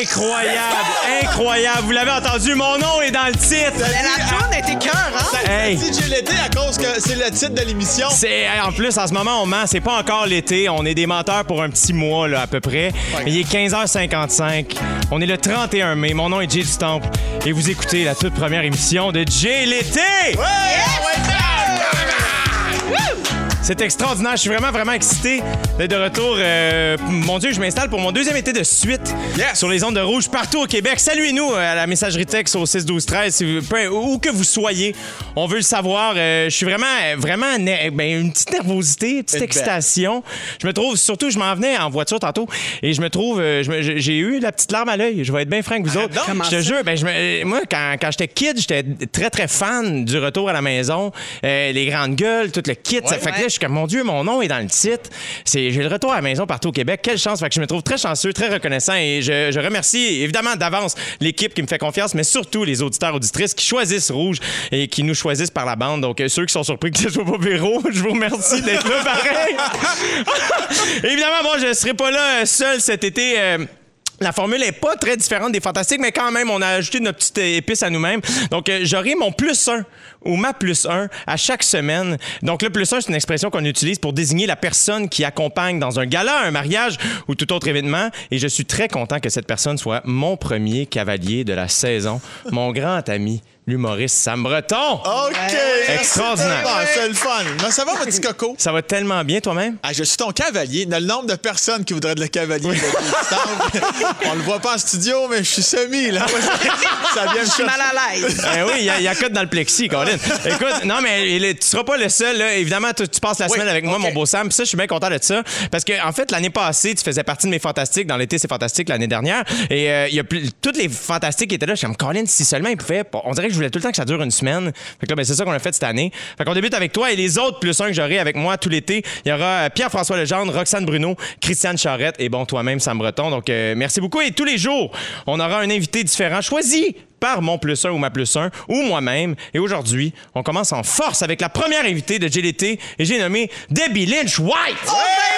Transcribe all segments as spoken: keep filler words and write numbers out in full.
Incroyable, incroyable. Vous l'avez entendu, mon nom est dans le titre. La tourne était cœur, hein? Ça Hey. dit J'ai l'été à cause que c'est le titre de l'émission. C'est, en plus, en ce moment, on ment. C'est pas encore l'été. On est des menteurs pour un petit mois, là, à peu près. Ouais. Mais il est quinze heures cinquante-cinq. On est le trente et un mai. Mon nom est Jay du Temple. Et vous écoutez la toute première émission de Jay l'été. Ouais! Ouais! C'est extraordinaire. Je suis vraiment, vraiment excité d'être de retour. Euh, mon Dieu, je m'installe pour mon deuxième été de suite Yes. sur les ondes de rouge partout au Québec. Saluez-nous à la messagerie texte au six douze treize, si vous- peu- où que vous soyez. On veut le savoir. Euh, je suis vraiment, vraiment, ne- ben, une petite nervosité, une petite Une excitation. Je me trouve, surtout, je m'en venais en voiture tantôt et je me trouve, euh, je me- j'ai eu la petite larme à l'œil. Je vais être bien franc avec vous autres. donc? Comment Je te ça? jure, ben, je me- moi, quand, quand j'étais kid, j'étais très, très fan du retour à la maison. Euh, les grandes gueules, tout le kit. ça fait que là, je suis comme, mon Dieu, mon nom est dans le titre. C'est, j'ai le retour à la maison partout au Québec. Quelle chance. Fait que je me trouve très chanceux, très reconnaissant et je, je remercie évidemment d'avance l'équipe qui me fait confiance, mais surtout les auditeurs, auditrices qui choisissent Rouge et qui nous choisissent par la bande. Donc, euh, ceux qui sont surpris que ce soit pas Véro, je vous remercie d'être là pareil. Évidemment, moi, je ne serai pas là euh, seul cet été. euh, La formule est pas très différente des Fantastiques, mais quand même, on a ajouté notre petite épice à nous-mêmes. Donc, euh, j'aurai mon plus un ou ma plus un à chaque semaine. Donc, le plus un, c'est une expression qu'on utilise pour désigner la personne qui accompagne dans un gala, un mariage ou tout autre événement. Et je suis très content que cette personne soit mon premier cavalier de la saison, mon grand ami, l'humoriste Sam Breton. OK! Extraordinaire. Ah, c'est le fun. Mais ça va, mon petit coco? Ça va tellement bien, toi-même? Ah, je suis ton cavalier. Il y a le nombre de personnes qui voudraient être le cavalier. de Jay du Temple. On le voit pas en studio, mais je suis semi, là. Ça vient me Je suis chercher. mal à l'aise. Eh oui, il y, a- il y a code dans le plexi, Colin. Écoute, non, mais il- tu seras pas le seul. Là. Évidemment, tu, tu passes la Oui, semaine avec moi, OK. mon beau Sam. Puis ça, je suis bien content de ça. Parce que, en fait, l'année passée, tu faisais partie de mes Fantastiques. Dans l'été, c'est Fantastique l'année dernière. Et euh, il y a plus, toutes les Fantastiques qui étaient là. Je suis comme, Colin, si seulement ils pouvaient. On dirait que je voulais tout le temps que ça dure une semaine. Fait que là, ben, c'est ça qu'on a fait cette année. Fait qu'on débute avec toi et les autres plus un que j'aurai avec moi tout l'été. Il y aura euh, Pierre-François Legendre, Roxane Bruno, Christiane Charette et bon, toi-même, Sam Breton. Donc, euh, merci beaucoup. Et tous les jours, on aura un invité différent choisi par mon plus un ou ma plus un ou moi-même. Et aujourd'hui, on commence en force avec la première invitée de Jay l'été et j'ai nommé Debbie Lynch White. Oh,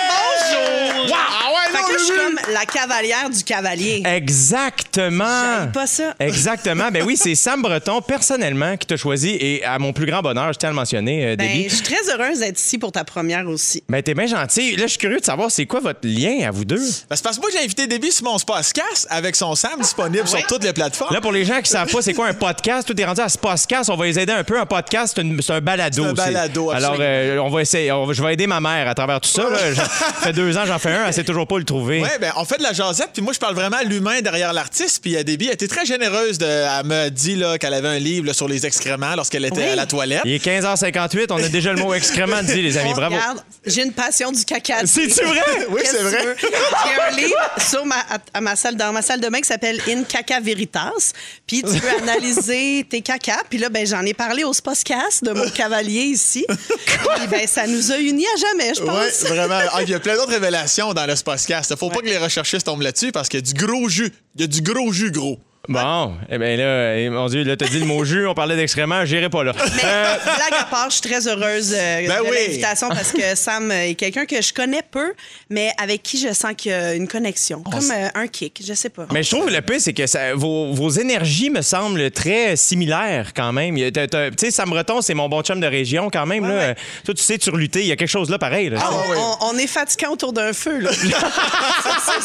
ben bonjour! Wow! Ah ouais, Fait non, que là, je suis Lulu. comme la cavalière du cavalier. Exactement. J'aime pas ça. Exactement. Ben oui, c'est Sam Breton, personnellement, qui t'a choisi et à mon plus grand bonheur, je tiens à le mentionner, euh, Ben, Debbie. je suis très heureuse d'être ici pour ta première aussi. Ben, t'es bien gentil. Là, je suis curieux de savoir c'est quoi votre lien à vous deux. Ben, c'est parce que moi, j'ai invité Debbie sur mon podcast avec son Sam disponible sur toutes les plateformes. Là, pour les gens qui savent pas c'est quoi un podcast, tout est rendu à ce podcast. On va les aider un peu. Un podcast, c'est, une- c'est un balado. C'est un aussi. balado, Alors, absolument. euh, on va essayer. on va- je vais aider ma mère à travers tout ça. Là. Je- ça fait deux ans, j'en fais un. Elle sait toujours pas le trouver. Ouais, ben on fait de la jasette, puis moi je parle vraiment à l'humain derrière l'artiste, puis euh, Debbie a été très généreuse de elle me dit là qu'elle avait un livre là, sur les excréments lorsqu'elle était Oui. à la toilette. Il est quinze heures cinquante-huit. On a déjà le mot excrément dit, les amis. Oh, Bravo. regarde, j'ai une passion du caca. C'est-tu vrai? Oui, Qu'est-ce c'est que tu vrai. veux? J'ai un livre sur ma, à, à ma salle, dans ma salle de bain qui s'appelle In Caca Veritas. Puis tu peux analyser tes cacas. Puis là, ben, j'en ai parlé au Spostcast de mon cavalier ici. Puis ben, ça nous a unis à jamais, je Oui, pense. vraiment. Ah, il y a plein d'autres révélations dans le podcast. Faut pas que les recherchistes tombent là-dessus parce qu'il y a du gros jus. Il y a du gros jus gros. Bon, eh bien là, eh, mon Dieu, là, t'as dit le mot jus, on parlait d'excréments, j'irai pas là. Mais blague à part, je suis très heureuse euh, Ben de oui. l'invitation parce que Sam est quelqu'un que je connais peu, mais avec qui je sens qu'il y a une connexion. Comme euh, un kick, je sais pas. Mais je trouve le pire, c'est que ça- vos, vos énergies me semblent très similaires quand même. Il y a- t'as- t'as- Tu sais, Sam Breton, c'est mon bon chum de région quand même. Ouais, là. ouais. Toi, tu sais, tu lutter, il y a quelque chose là pareil. Là. Ah, on, oui. on- on est fatiguant autour d'un feu, là. c'est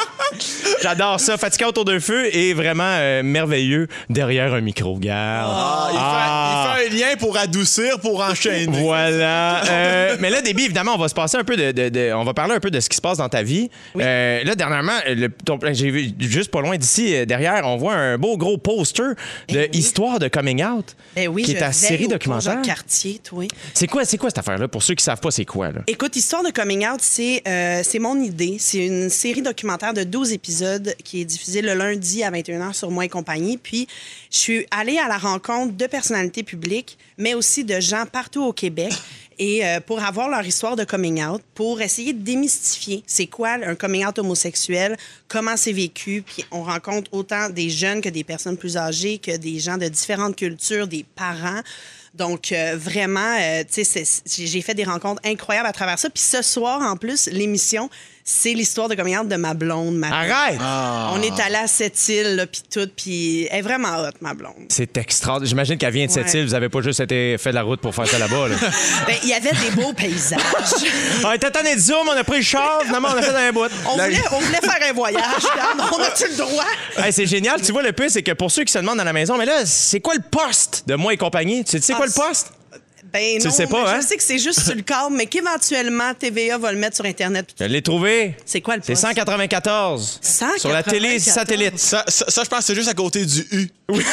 sûr. J'adore ça. Fatiguant autour d'un feu et vraiment euh, merveilleux derrière un micro. Garde. Ah, il, Ah. Fait, il fait un lien pour adoucir, pour enchaîner. Voilà. Euh, mais là, Déby, évidemment, on va se passer un peu de, de- de- on va parler un peu de ce qui se passe dans ta vie. Euh, là, dernièrement, le- ton- j'ai vu juste pas loin d'ici, euh, derrière, on voit un beau gros poster de Eh oui. Histoire de coming out, Ben oui, qui je est ta veille série au documentaire. Quartier, toi. C'est quoi, c'est quoi cette affaire-là? Pour ceux qui savent pas, c'est quoi là? Écoute, Histoire de coming out, c'est euh, c'est mon idée. C'est une série documentaire de douze épisodes qui est diffusée le lundi à vingt et une heures sur Moi et compagnie. Puis, je suis allée à la rencontre de personnalités publiques, mais aussi de gens partout au Québec. Et euh, pour avoir leur histoire de coming out, pour essayer de démystifier c'est quoi un coming out homosexuel, comment c'est vécu. Puis on rencontre autant des jeunes que des personnes plus âgées, que des gens de différentes cultures, des parents. Donc, euh, vraiment, euh, tu sais, c'est- j'ai fait des rencontres incroyables à travers ça. Puis ce soir, en plus, l'émission c'est l'histoire de coming out de ma blonde. Ma Arrête! Ah. On est allé à cette île, là, puis tout, puis elle est vraiment hot, ma blonde. C'est extraordinaire. J'imagine qu'elle vient de cette Ouais. île. Vous avez pas juste été fait de la route pour faire ça là-bas. Là. Ben, il y avait des beaux paysages. On était tanné de zoom, on a pris le char, finalement, on a fait un bout. On voulait, on voulait faire un voyage. Regarde, on a-tu le droit? Hey, c'est génial. Tu vois, le pire, c'est que pour ceux qui se demandent à la maison, mais là, c'est quoi le poste de moi et compagnie? Tu sais c'est Ah, quoi le poste? Ben Tu non, le sais pas, mais hein? je sais que c'est juste sur le câble, mais qu'éventuellement, T V A va le mettre sur Internet. Je l'ai trouvé. C'est quoi le C'est poste? cent quatre-vingt-quatorze. cent quatre-vingt-quatorze. Sur la télé satellite. Ça, ça, ça, je pense que c'est juste à côté du U.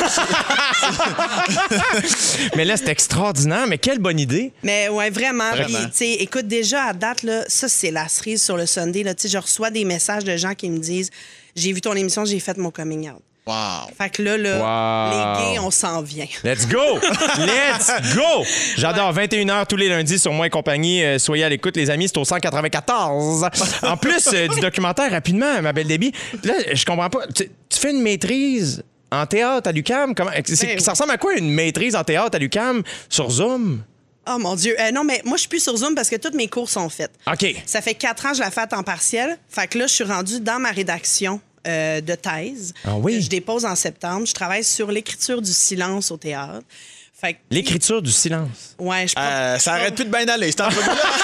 Mais là, c'est extraordinaire. Mais quelle bonne idée. Mais ouais, vraiment. Vraiment. Puis, tu sais, écoute, déjà à date, là, ça, c'est la cerise sur le Sunday. Là, tu sais, je reçois des messages de gens qui me disent j'ai vu ton émission, j'ai fait mon coming out. Wow. Fait que là, là Wow. les gays, on s'en vient. Let's go! Let's go! J'adore. vingt et une heures tous les lundis sur Moi et compagnie. Euh, soyez à l'écoute, les amis. C'est au cent quatre-vingt-quatorze. En plus euh, du documentaire, rapidement, ma belle Debbie, là, je comprends pas. Tu, tu fais une maîtrise en théâtre à l'U Q A M? Comment, c'est- Ben oui. ça ressemble à quoi une maîtrise en théâtre à l'U Q A M sur Zoom? Oh mon Dieu. Euh, non, mais moi, je suis plus sur Zoom parce que tous mes cours sont faits. OK. Ça fait quatre ans que je la fais à temps partiel. Fait que là, je suis rendue dans ma rédaction euh, de thèse. Ah oui? Que je dépose en septembre. Je travaille sur l'écriture du silence au théâtre. Fait que- L'écriture du silence. Ouais, je Euh, ça arrête plus de bien aller, c'est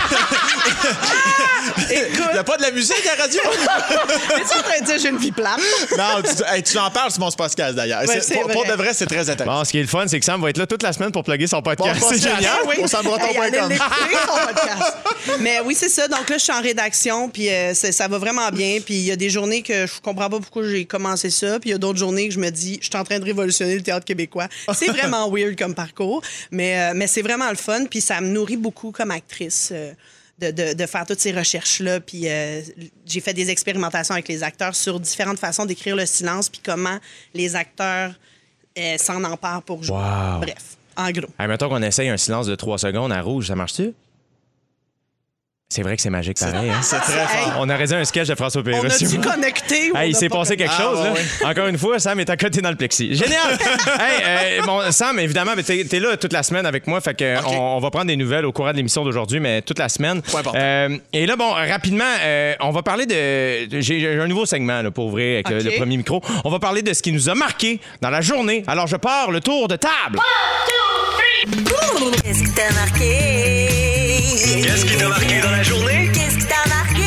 Écoute, Il n'y a pas de la musique à la radio? es-tu en train de dire j'ai une vie plate? Non, tu, hey, tu en parles sur mon podcast d'ailleurs. Ouais, C'est- c'est pour, pour vrai. de vrai, c'est très intéressant. Bon, ce qui est le fun, c'est que Sam va être là toute la semaine pour plugger son podcast. Bon, c'est podcast. génial. Oui. Au sambreton point com. Hey, allez l'écouter, son podcast. Mais oui, c'est ça. Donc là, je suis en rédaction, puis euh, c'est- ça va vraiment bien. Puis il y a des journées que je comprends pas pourquoi j'ai commencé ça, puis il y a d'autres journées que je me dis, je suis en train de révolutionner le théâtre québécois. C'est vraiment weird comme parcours, mais, euh, mais c'est vraiment le fun, puis ça me nourrit beaucoup comme actrice. euh, De, de, de faire toutes ces recherches-là. Puis euh, j'ai fait des expérimentations avec les acteurs sur différentes façons d'écrire le silence, puis comment les acteurs euh, s'en emparent pour jouer. Wow. Bref, en gros. Hey, mettons qu'on essaye un silence de trois secondes à rouge, ça marche-tu? C'est vrai que c'est magique pareil. Hein? C'est très Hey, fort. On aurait dit un sketch de François on Pérusse. a-tu connecté ou Hey, on il a s'est pas passé quelque Ah, chose, ouais, là. ouais. Encore une fois, Sam est à côté dans le plexi. Génial! hey, euh, bon, Sam, évidemment, ben, t'es, t'es là toute la semaine avec moi, fait que OK. on, on va prendre des nouvelles au courant de l'émission d'aujourd'hui, mais toute la semaine. Pas important. Euh, et là, bon, rapidement, euh, on va parler de... J'ai, j'ai un nouveau segment, là, pour ouvrir avec le, OK. le premier micro. On va parler de ce qui nous a marqué dans la journée. Alors, je pars le tour de table. Qu'est-ce qui t'a marqué? Qu'est-ce qui t'a marqué dans la journée? Qu'est-ce qui t'a marqué?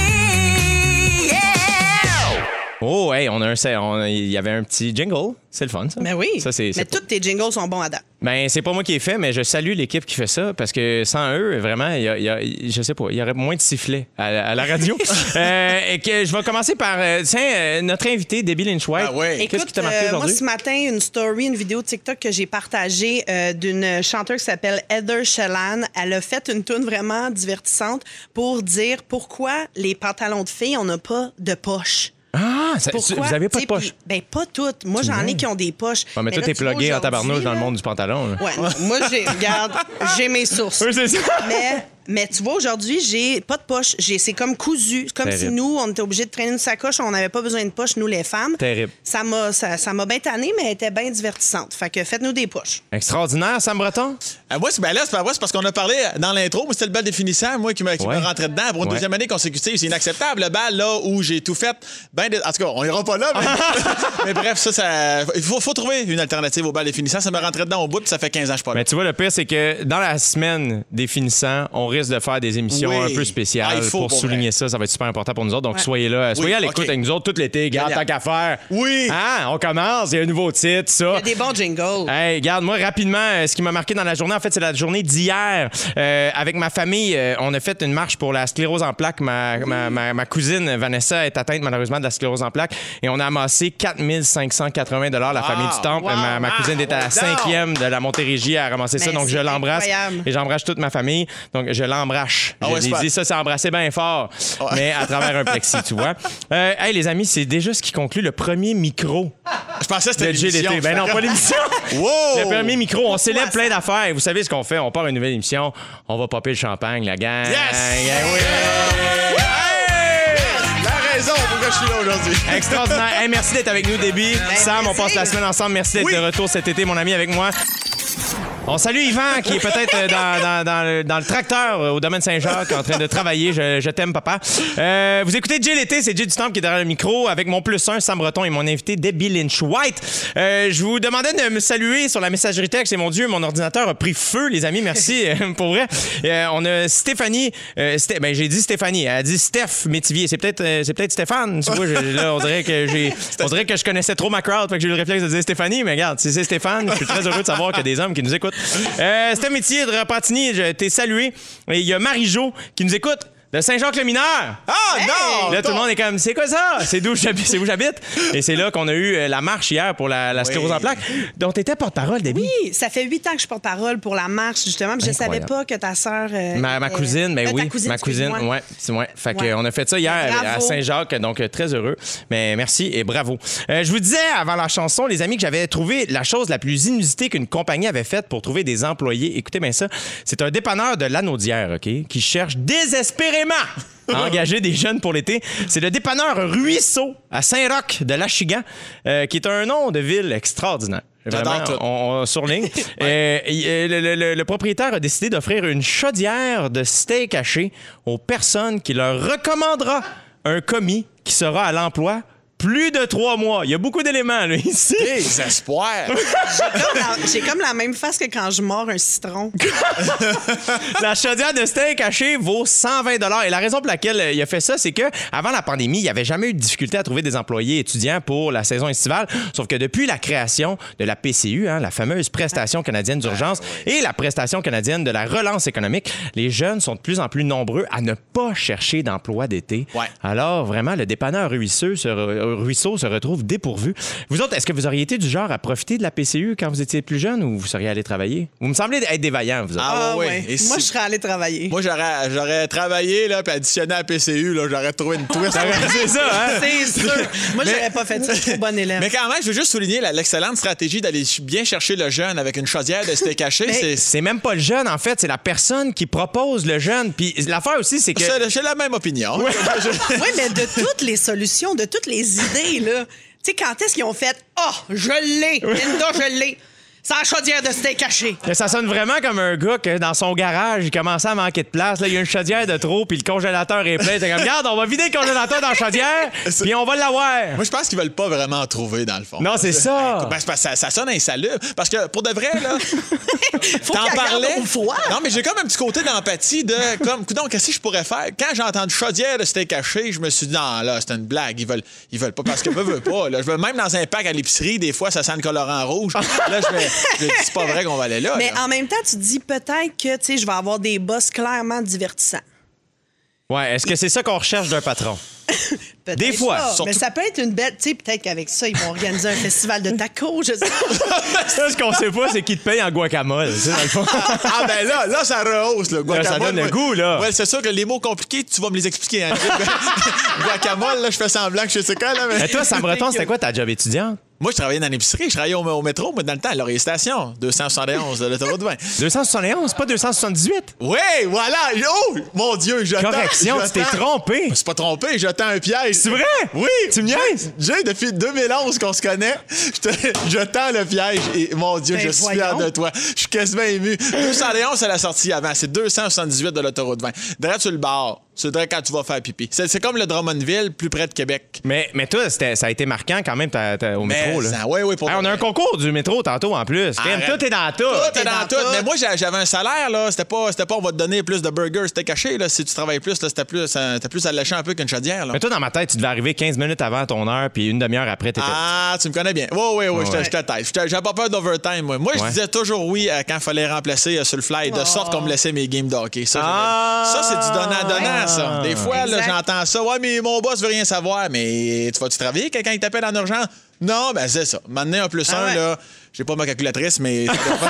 Yeah! Oh, hey, on a un... on- Il y avait un petit jingle. C'est le fun, ça. Mais oui. Ça, c'est, Mais c'est tous tes jingles sont bons à date. Ben, c'est pas moi qui ai fait, mais je salue l'équipe qui fait ça parce que sans eux, vraiment, il y a, il y a- je sais pas, il y aurait moins de sifflets à, à la radio. Euh, et que je vais commencer par, euh, tiens, euh, notre invité, Debbie Lynch-White. Ah ouais. Qu'est-ce qui t'a marqué euh, moi, aujourd'hui? ce matin, une story, une vidéo TikTok que j'ai partagée euh, d'une chanteuse qui s'appelle Heather Shellan. Elle a fait une tune vraiment divertissante pour dire pourquoi les pantalons de filles, on n'a pas de poche. Ah, ça- Pourquoi? vous avez pas de T'sais, poche. puis- Ben, pas toutes. Moi, j'en ai qui ont des poches. Ouais, mais toi, là, t'es tu vois, plugué en tabarnouche aujourd'hui, dans le là- monde du pantalon. là. Ouais, non, moi, j'ai, regarde, j'ai mes sources. Oui, c'est ça. Mais, mais tu vois, aujourd'hui, j'ai pas de poche. J'ai, c'est comme cousu. C'est comme Terrible. si nous, on était obligés de traîner une sacoche. On n'avait pas besoin de poche, nous, les femmes. Terrible. Ça m'a, ça, ça m'a bien tanné, mais elle était bien divertissante. Fait que faites-nous des poches. Extraordinaire, Sam Breton. Ah, moi, c'est, ben là, c'est pas vrai, c'est parce qu'on a parlé dans l'intro, mais c'était le bal définissant, moi, qui me, qui Ouais. me rentrait dedans pour une Ouais. deuxième année consécutive. C'est inacceptable, le bal, là, où j'ai tout fait. Ben, de- en tout cas, on ira pas là, mais, mais bref, ça, ça. Il faut, faut trouver une alternative au bal définissant. Ça me rentrait dedans au bout, puis ça fait quinze ans que je suis pas là. Mais tu vois, le pire, c'est que dans la semaine des finissants, on risque de faire des émissions Oui. un peu spéciales Ah, il faut, pour pour souligner vrai. ça. Ça va être super important pour nous autres. Donc, Ouais. soyez là. Soyez à l'écoute OK. avec nous autres tout l'été. Garde, tant Génial. qu'à faire. Oui. Hein? On commence. Il y a un nouveau titre, ça. Il y a des bons jingles. Hey, regarde, moi, rapidement, euh, ce qui m'a marqué dans la journée, en fait, c'est la journée d'hier. Euh, avec ma famille, euh, on a fait une marche pour la sclérose en plaques. Ma, ma, ma, ma cousine Vanessa est atteinte, malheureusement, de la sclérose en plaques. Et on a amassé quatre mille cinq cent quatre-vingts dollars la Wow. famille du Temple. Wow. Ma, ma cousine est à la Wow. cinquième de la Montérégie à ramasser ça. Mais Donc, je c'est l'embrasse. incroyable. Et j'embrasse toute ma famille. Donc, je l'embrasse. Ah je ouais, l'ai super. dit, ça, c'est embrasser bien fort. Mais à travers un plexi, tu vois. Euh, hey, les amis, c'est déjà ce qui conclut le premier micro Je pensais que c'était de G l'émission. l'été. Ben non, pas l'émission. Wow! Le premier micro, on célèbre Pourquoi plein ça? d'affaires. Et vous savez ce qu'on fait? On part une nouvelle émission. On va popper le champagne, la gang. Yes! Eh oui! Hey! La raison pourquoi je suis là aujourd'hui. Extraordinaire. Hey, merci d'être avec nous, Déby. Sam, on passe la semaine ensemble. Merci d'être Oui. de retour cet été, mon ami, avec moi. On salue Yvan, qui est peut-être euh, dans, dans, dans, le, dans le tracteur euh, au domaine Saint-Jacques, en train de travailler. Je, je t'aime, papa. Euh, vous écoutez Jay l'été, c'est Jay du Temple qui est derrière le micro, avec mon plus un, Sam Breton, et mon invité, Debbie Lynch-White. Euh, je vous demandais de me saluer sur la messagerie texte, et mon Dieu, mon ordinateur a pris feu, les amis. Merci, euh, pour vrai. Euh, on a Stéphanie. Euh, Sté- ben, j'ai dit Stéphanie. Elle a dit Steph Métivier. C'est peut-être, euh, c'est peut-être Stéphane. Tu vois, je- là, on dirait que j'ai, on dirait que je connaissais trop ma crowd, fait que j'ai eu le réflexe de dire Stéphanie. Mais regarde, si c'est Stéphane, je suis très heureux de savoir qu'il y a des hommes qui nous écoutent. Euh, Steph Métivier de Repentigny, je t'ai salué. Et il y a Marie-Jo qui nous écoute. De Saint-Jacques-le-Mineur. Ah, hey! non! Là, tout le monde est comme, c'est quoi ça? C'est d'où j'habite, c'est où j'habite. Et c'est là qu'on a eu la marche hier pour la, la sclérose Oui. en plaques. Donc, t'étais porte-parole, Debbie. Oui, ça fait huit ans que je porte-parole pour la marche, justement. Puis je savais Incroyable. pas que ta sœur. euh, Ma, ma était- cousine, ben euh, ta oui, cousine, ma cousine, excuse-moi. ouais, c'est ouais. Fait que Ouais. on a fait ça hier Bravo. à Saint-Jacques, donc euh, très heureux. Mais merci et bravo. Euh, je vous disais avant la chanson, les amis, que j'avais trouvé la chose la plus inusitée qu'une compagnie avait faite pour trouver des employés. Écoutez bien ça, c'est un dépanneur de Lanaudière, ok, qui cherche désespérément à engager des jeunes pour l'été. C'est le dépanneur Ruisseau à Saint-Roch de l'Achigan, euh, qui est un nom de ville extraordinaire. J'adore Vraiment, tout. on, on surligne. Euh, et, euh, le, le- le- le propriétaire a décidé d'offrir une chaudière de steak haché aux personnes qui leur recommandera un commis qui sera à l'emploi plus de trois mois. Il y a beaucoup d'éléments là, ici. Désespoir. J'ai comme la- J'ai comme la même face que quand je mords un citron. La chaudière de steak haché vaut cent vingt dollars. Et la raison pour laquelle euh, il a fait ça, c'est que avant la pandémie, il n'y avait jamais eu de difficulté à trouver des employés étudiants pour la saison estivale. Sauf que depuis la création de la P C U, hein, la fameuse prestation canadienne d'urgence, et la prestation canadienne de la relance économique, les jeunes sont de plus en plus nombreux à ne pas chercher d'emploi d'été. Ouais. Alors, vraiment, le dépanneur ruisseux se, re- ruisseau se retrouve dépourvu. Vous autres, est-ce que vous auriez été du genre à profiter de la P C U quand vous étiez plus jeune ou vous seriez allé travailler? Vous me semblez être des vaillants, vous autres. Ah, ouais, ouais. ouais. Et Moi, si- je serais allée travailler. Moi, j'aurais, j'aurais travaillé, là, puis additionné à la P C U, là, j'aurais trouvé une twist. C'est ça, hein? C'est sûr. Moi, Mais- j'aurais pas fait ça. Je suis trop bonne élève. Mais quand même, je veux juste souligner la- l'excellente stratégie d'aller bien chercher le jeune avec une chaudière de steak haché. Mais- C'est, C'est même pas le jeune, en fait, c'est la personne qui propose le jeune. Puis l'affaire aussi, c'est que. c'est, j'ai la même opinion. Je- Oui, mais de toutes les solutions, de toutes les idées, là. Tu sais, quand est-ce qu'ils ont fait « Ah, oh, je l'ai! Linda, je l'ai! C'est la chaudière de steak haché! » Ça sonne vraiment comme un gars que dans son garage, il commençait à manquer de place. Là, il y a une chaudière de trop, puis le congélateur est plein. T'es comme, regarde, on va vider le congélateur dans la chaudière, puis on va l'avoir. Moi, je pense qu'ils veulent pas vraiment en trouver, dans le fond. Non, c'est ça. Ben, c'est parce que ça, ça sonne insalubre. Parce que, pour de vrai, là, Faut t'en qu'elle garde parlais. au froid. Non, mais j'ai comme un petit côté d'empathie de, comme, coudonc, qu'est-ce que je pourrais faire? Quand j'ai entendu chaudière de steak haché, je me suis dit, non, là, c'est une blague. Ils veulent, ils veulent pas, parce que veut, veut pas. Là. Je veux même dans un pack à l'épicerie, des fois, ça sent le colorant rouge. Là, je me je me dis, c'est pas vrai qu'on va aller là. Mais là. en même temps, tu te dis peut-être que, tu sais, je vais avoir des boss clairement divertissants. Ouais, est-ce que c'est ça qu'on recherche d'un patron? Peut-être Des fois, pas, surtout- Mais ça peut être une belle. Tu sais, peut-être qu'avec ça, ils vont organiser un festival de tacos, je sais pas. Ça, ce qu'on sait pas, c'est qui te paye en guacamole. Tu sais, dans le fond. Ah ben là, là, ça rehausse, le guacamole. ça donne le Moi- goût, là. Ouais, c'est sûr que les mots compliqués, tu vas me les expliquer. Hein. Guacamole, là, je fais semblant que je sais quoi, là. Mais... Et toi, Sam Breton, c'était quoi ta job étudiante? Moi, je travaillais dans l'épicerie, je travaillais au, au métro, moi, dans le temps, à Laurier Station, deux cent soixante et onze de l'autoroute vingt. deux cent soixante et onze, pas deux cent soixante-dix-huit. Oui, voilà! Oh, mon Dieu, je Correction, tu t'es trompé. Je me suis pas trompé, je tends un piège. C'est vrai? Oui! Tu me niaises? Jay, depuis deux mille onze qu'on se connaît, je, te- je tends le piège et mon Dieu, Ben, je suis fier voyons. de toi. Je suis quasiment ému. deux cent onze, c'est la sortie avant. C'est deux cent soixante-dix-huit de l'autoroute vingt. Derrière sur le bord. C'est direct quand tu vas faire pipi. C'est, c'est comme le Drummondville, plus près de Québec. Mais, mais toi, c'était- ça a été marquant quand même ta- ta- au Mais métro. Là. ça, ouais, ouais, pour Hey, on a un concours du métro tantôt en plus. Crème, Arrête. tout est dans tout. Tout est T'es dans dans tout. tout. Mais moi, j'a- j'avais un salaire, là. C'était pas, c'était pas on va te donner plus de burgers, c'était caché, là. Si tu travailles plus, là, c'était plus, ça- c'était plus alléchant un peu qu'une chaudière, là. Mais toi, dans ma tête, tu devais arriver quinze minutes avant ton heure, puis une demi-heure après, t'étais. Ah, tu me connais bien. Oui, oui, oui, je te- Ouais. je te tête. Je te- J'avais pas peur d'overtime, moi. Moi, je Ouais. disais toujours oui euh, quand il fallait remplacer euh, sur le fly, de sorte qu'on me laissait mes games de hockey. Ça, Ah! j'avais- ça c'est du donnant-donnant, ça. Des fois, là, Exact. j'entends ça. Ouais, mais mon boss veut rien savoir. Mais tu vas-tu travailler quand il t'appelle en urgence? Non, ben c'est ça. Maintenant, un plus Ah un, ouais. là, j'ai pas ma calculatrice, mais...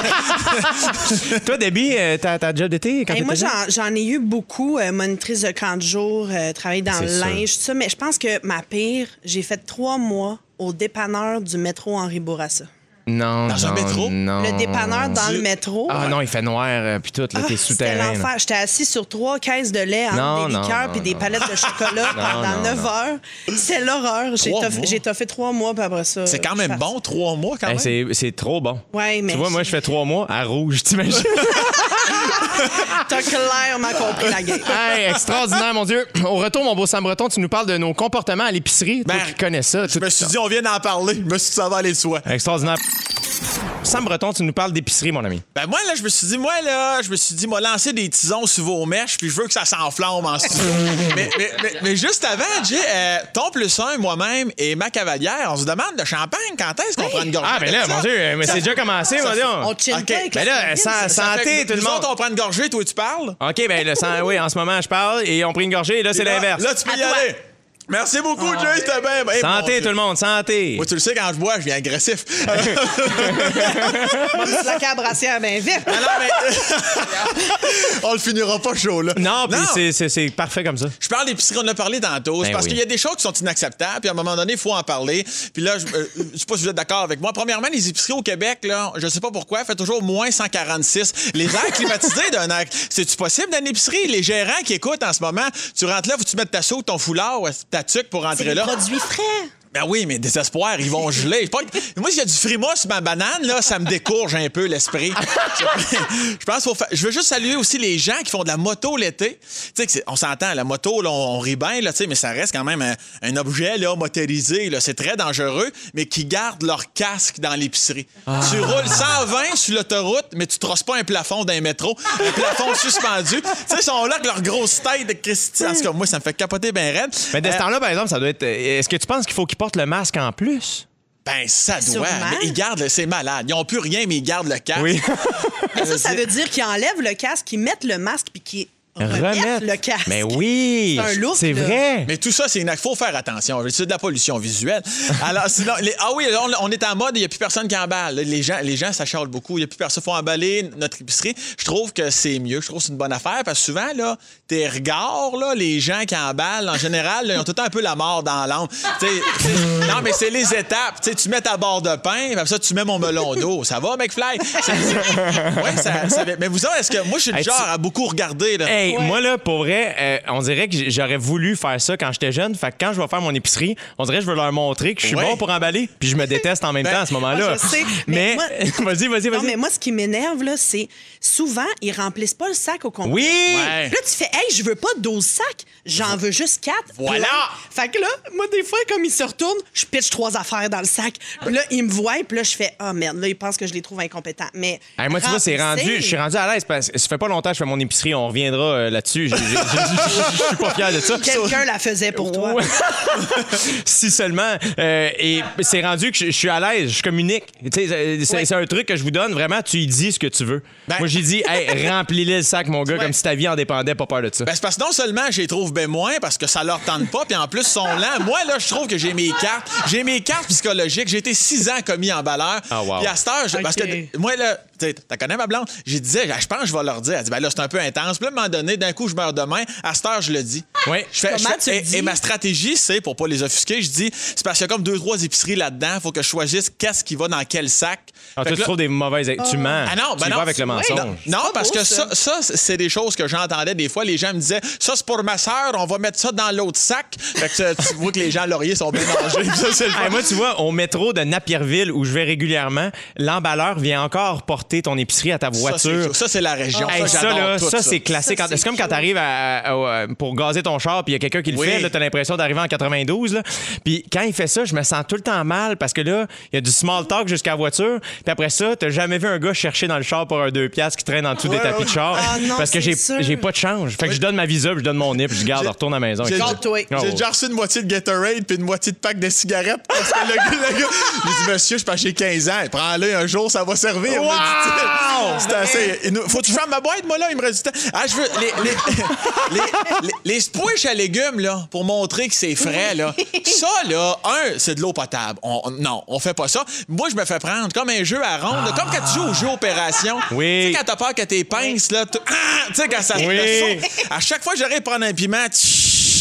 Toi, Debbie, euh, t'as ta job d'été quand Hey, t'étais moi, jeune? j'en, j'en ai eu beaucoup, euh, monitrice de camp de jour, euh, travailler dans C'est le sûr. linge, tout ça. Mais je pense que ma pire, j'ai fait trois mois au dépanneur du métro Henri Bourassa. Non, Dans non, un métro? non. Le dépanneur dans Tu- le métro. Ah non, il fait noir, euh, puis tout, là, Ah, t'es c'était souterrain. là. l'enfer. J'étais assis sur trois caisses de lait, entre Non, des non, liqueurs non, puis des non. palettes de chocolat pendant non, neuf non. heures. C'est l'horreur. J'ai Trois toffé- mois. j'ai toffé trois mois, puis après ça. C'est quand je même suis bon, trois mois quand Hey, même. c'est, c'est trop bon. Ouais, mais Tu vois, moi, je fais trois mois à rouge, t'imagines? T'as clairement compris la game. Hey, extraordinaire, mon Dieu. Au retour, mon beau Sam Breton, tu nous parles de nos comportements à l'épicerie. Toi Ben, qui connais ça. Je me suis dit, on vient d'en parler. Je me suis dit, ça va aller de soi. Extraordinaire. Sam Breton, tu nous parles d'épicerie, mon ami. Ben moi, là, je me suis dit, moi, là, je me suis dit, moi, lancer des tisons sur vos mèches, puis je veux que ça s'enflamme en studio. mais, mais, mais, mais juste avant, Jay, euh, ton plus un, moi-même et ma cavalière, on se demande de champagne, quand est-ce qu'on prend une gorgée? Ah, ben là, de ça? mon Dieu, mais c'est déjà commencé, ça mon Dieu. On chill OK. pas avec Ben la là, COVID, sans- ça. Ça fait santé, que tout le nous monde. autres, on prend une gorgée, toi, tu parles? OK, ben là, sans- oui, en ce moment, je parle et on pris une gorgée et là, c'est Là- l'inverse. Là, tu peux y À toi. aller. Merci beaucoup, Jay, c'était bien. Hey, mon Santé, Dieu. tout le monde, santé. Moi, tu le sais, quand je bois, je viens agressif. On va se laquer à brassière bien vite. Ah non, mais... on le finira pas chaud, là. Non, puis c'est, c'est, c'est parfait comme ça. Je parle d'épicerie, on en a parlé tantôt. C'est Ben parce oui. qu'il y a des choses qui sont inacceptables, puis à un moment donné, il faut en parler. Puis là, je euh, je sais pas si vous êtes d'accord avec moi. Premièrement, les épiceries au Québec, là, je sais pas pourquoi, fait toujours moins cent quarante-six. Les airs climatisés d'un air. C'est-tu possible d'une épicerie? Les gérants qui écoutent en ce moment, tu rentres là, faut que tu mettes ta soude, ton foulard, ouais, ta tuque pour C'est rentrer des là. produits frais. Ben oui, mais désespoir, ils vont geler. Je sais pas que- Moi, s'il y a du frima sur ma banane, là, ça me décourge un peu l'esprit. Je pense qu'il faut faire... Je veux juste saluer aussi les gens qui font de la moto l'été. Tu sais, que c'est- on s'entend, la moto, là, on, on rit bien, là, tu sais, mais ça reste quand même un, un objet là, motorisé. Là. C'est très dangereux, mais qui gardent leur casque dans l'épicerie. Tu roules cent vingt sur l'autoroute, mais tu trosses pas un plafond d'un métro. Un plafond suspendu. Tu sais, ils sont là avec leur grosse tête de Christy. En tout cas, moi, ça me fait capoter bien raide. Mais de ce Euh, temps-là, par exemple, ça doit être. Est-ce que tu penses qu'il faut qu'ils portent le masque en plus? Ben, ça doit. Sûrement. Mais ils gardent, le- c'est malade. Ils n'ont plus rien, mais ils gardent le casque. Oui. Mais ça, ça veut dire qu'ils enlèvent le casque, qu'ils mettent le masque, puis qu'ils remettent Remettre. le casque. Mais oui. C'est un look, C'est là. vrai. Mais tout ça, c'est il faut faire attention. C'est de la pollution visuelle. Alors, sinon, les- ah oui, on, on est en mode, il n'y a plus personne qui emballe. Les gens, les gens, ça charle beaucoup. Il n'y a plus personne. Il faut emballer notre épicerie. Je trouve que c'est mieux. Je trouve que c'est une bonne affaire parce que souvent, là, tes regards, là, les gens qui emballent, en général, là, ils ont tout le temps un peu la mort dans l'âme. Tu sais, tu sais, non, mais c'est les étapes. Tu sais, tu mets ta barre de pain, puis après ça, tu mets mon melon d'eau. Ça va, McFly? C'est- c'est- ouais, ça, ça- mais vous savez, est-ce que moi, je suis du Hey, genre tu- à beaucoup regarder, là. Hey, Ouais. moi, là, pour vrai, euh, on dirait que j'aurais voulu faire ça quand j'étais jeune. Fait que quand je vais faire mon épicerie, on dirait que je veux leur montrer que je suis Ouais. bon pour emballer, puis je me déteste en même Ben, temps à ce moment-là. moi, je sais, Mais, mais vas-y, vas-y, Non, vas-y. mais moi, ce qui m'énerve, là, c'est souvent, ils remplissent pas le sac au complet. Oui! Ouais. Là, tu fais, hey, je veux pas douze sacs, j'en veux juste quatre. Voilà! Fait que là, moi, des fois, comme ils se retournent, je pitch trois affaires dans le sac. Puis là, ils me voient, puis là, je fais, ah merde, là, ils pensent que je les trouve incompétents. Mais. Hey, moi, tu vois, c'est rendu. remplissez. Je suis rendu à l'aise parce que ça fait pas longtemps que je fais mon épicerie. On reviendra euh, là-dessus. Je je- je- je suis pas fier de ça. Quelqu'un la faisait pour toi. Ouais. Si seulement. Euh, et c'est rendu que je, je suis à l'aise, je communique. Tu sais, c'est, Ouais. c'est un truc que je vous donne. Vraiment, tu y dis ce que tu veux. Ben- Moi, j'ai dit, hey, remplis-le le sac, mon gars, Ouais. comme si ta vie en dépendait. Pas peur de ça. Ben, c'est parce que non seulement je les trouve bien moins parce que ça leur tente pas, puis en plus, ils sont lents. Moi, là, je trouve que j'ai mes cartes. J'ai mes cartes psychologiques. J'ai été six ans commis emballeur. Ah, wow. Puis à cette heure, je- parce OK. que moi, là, tu sais, t'as connais ma blonde? J'ai disais, je pense que je vais leur dire. Elle dit, ben là, c'est un peu intense. Puis là, à un moment donné, d'un coup, je meurs demain. À cette heure, je le dis. Oui. Je fais, Comment je tu le et, dis? et ma stratégie, c'est, pour pas les offusquer, je dis, c'est parce qu'il y a comme deux, trois épiceries là-dedans. Faut que je choisisse qu'est-ce qui va dans quel sac. Ah, Fait toi, que tu là- trouves des mauvaises. Tu mens. ah non, tu ben y non. vas avec le Ouais, mensonge. Non, non, pas parce beau, que ça, ça, c'est des choses que j'entendais des fois. Les gens me disaient, ça, c'est pour ma sœur, on va mettre ça dans l'autre sac. Fait que tu, tu vois que les gens à Laurier sont bien mangés. Ça, c'est le fun. Hey, moi, tu vois, au métro de Napierville, où je vais régulièrement, l'emballeur vient encore porter ton épicerie à ta Ça, voiture. c'est- Ça, c'est la région. Hey, ça, j'adore là, tout ça, c'est classique. Ça, Quand- c'est C'est comme quand cute. t'arrives à, à- à- pour gazer ton char puis il y a quelqu'un qui le Oui. fait, là, t'as l'impression d'arriver en quatre-vingt-douze. Là. Puis quand il fait ça, je me sens tout le temps mal parce que là, il y a du small talk jusqu'à la voiture. Puis après ça, t'as jamais vu un gars chercher dans le char pour un deux piastres qui traîne en dessous des tapis de char. Ah non, parce que c'est j'ai sûr. j'ai pas de change. Fait que je donne ma visa, puis je donne mon nip, puis je garde, J'ai- je retourne à la maison. J'ai avec ça. Garde-toi. Ah, j'ai ouais. déjà reçu une moitié de Gatorade puis une moitié de pack de cigarettes parce que le gars, le gars, il dit, monsieur, je pense que j'ai quinze ans. Prends-le un jour, ça va servir. me Wow! dit-il. C'était assez. Il nous- Faut que je ferme ma boîte, moi, là? Il me reste du temps. Ah, je veux. Les, les, les, les, les squishes à légumes, là, pour montrer que c'est frais, là. Ça, là, un, c'est de l'eau potable. On- on- non, on fait pas ça. Moi, je me fais prendre comme un jeu à ronde, là, comme quand tu joues au jeu Opération. Oui. Tu sais, quand t'as peur que tes pinces, là, tu ah! Tu sais, quand ça. Oui. le son- à chaque fois que j'arrive à prendre un piment, tch-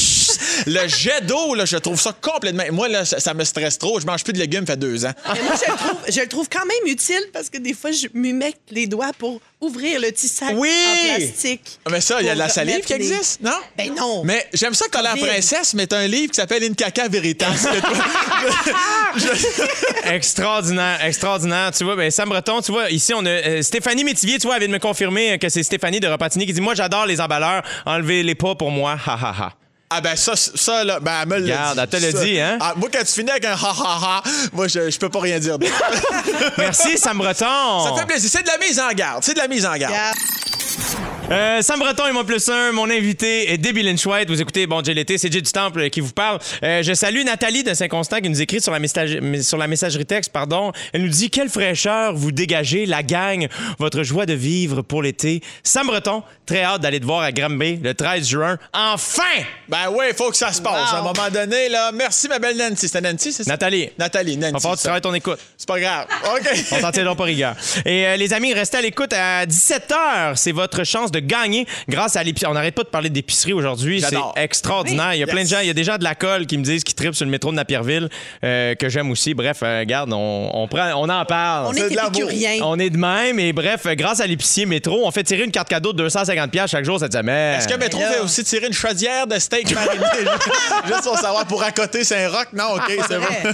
Le jet d'eau, là, je trouve ça complètement... Moi, là, ça, ça me stresse trop. Je mange plus de légumes, ça fait deux ans. Mais moi, je le, trouve, je le trouve quand même utile parce que des fois, je me mets les doigts pour ouvrir le petit sac Oui! en plastique. Mais ça, il y a de la Pour salive mettre qui les- existe, non? Ben non. Mais j'aime ça que t'as l'air Vide. princesse, mais t'as un livre qui s'appelle In Caca Veritas. Extraordinaire, extraordinaire. Tu vois, ben, Sam Breton, tu vois, ici, on a euh, Stéphanie Métivier, tu vois, elle vient de me confirmer que c'est Stéphanie de Repentigny qui dit « Moi, j'adore les emballeurs. Enlevez-les pas pour moi. Ha, ha, ha. » Ah ben ça, ça là, ben elle me l'a Regarde, dit. elle te l'a Ça. dit, hein? Ah, moi, quand tu finis avec un ha-ha-ha, moi, je, je peux pas rien dire. Merci, Sam Breton. Ça fait plaisir. C'est de la mise en garde. C'est de la mise en garde. Regarde. Euh, Sam Breton est mon plus un. Mon invité est Debbie Lynch White. Vous écoutez Bon Dieu l'été, c'est Jay du Temple qui vous parle. Euh, je salue Nathalie de Saint-Constant qui nous écrit sur la, message... sur la messagerie texte. Pardon. Elle nous dit « Quelle fraîcheur vous dégagez, la gang, votre joie de vivre pour l'été. » Sam Breton, très hâte d'aller te voir à Granby le treize juin. Enfin! Ben oui, il faut que ça se passe. Wow. À un moment donné, là. Merci, ma belle Nancy. C'était Nancy, c'est ça? Nathalie. Nathalie, Nancy. Va falloir que tu ça. travailles ton écoute. C'est pas grave. OK. On t'en tiendra pas rigueur. Et euh, les amis, restez à l'écoute à dix-sept heures. C'est votre chance de gagner grâce à l'épicerie. On n'arrête pas de parler d'épicerie aujourd'hui. C'est J'adore. extraordinaire. Il y a Oui. plein de Yes. gens. Il y a des gens de la colle qui me disent qu'ils trippent sur le métro de Napierville, euh, que j'aime aussi. Bref, euh, regarde, on, on, prend, on en parle. On C'est est de l'amour. épicuriens. On est de même. Et bref, euh, grâce à l'épicier métro, on fait tirer une carte cadeau de deux cent cinquante dollars chaque jour cette semaine. Est-ce que Métro Mais là- fait aussi tirer une chaudière de steak mariné? Juste pour savoir, pour accoter Saint-Roch? Non, OK, c'est bon. Ouais.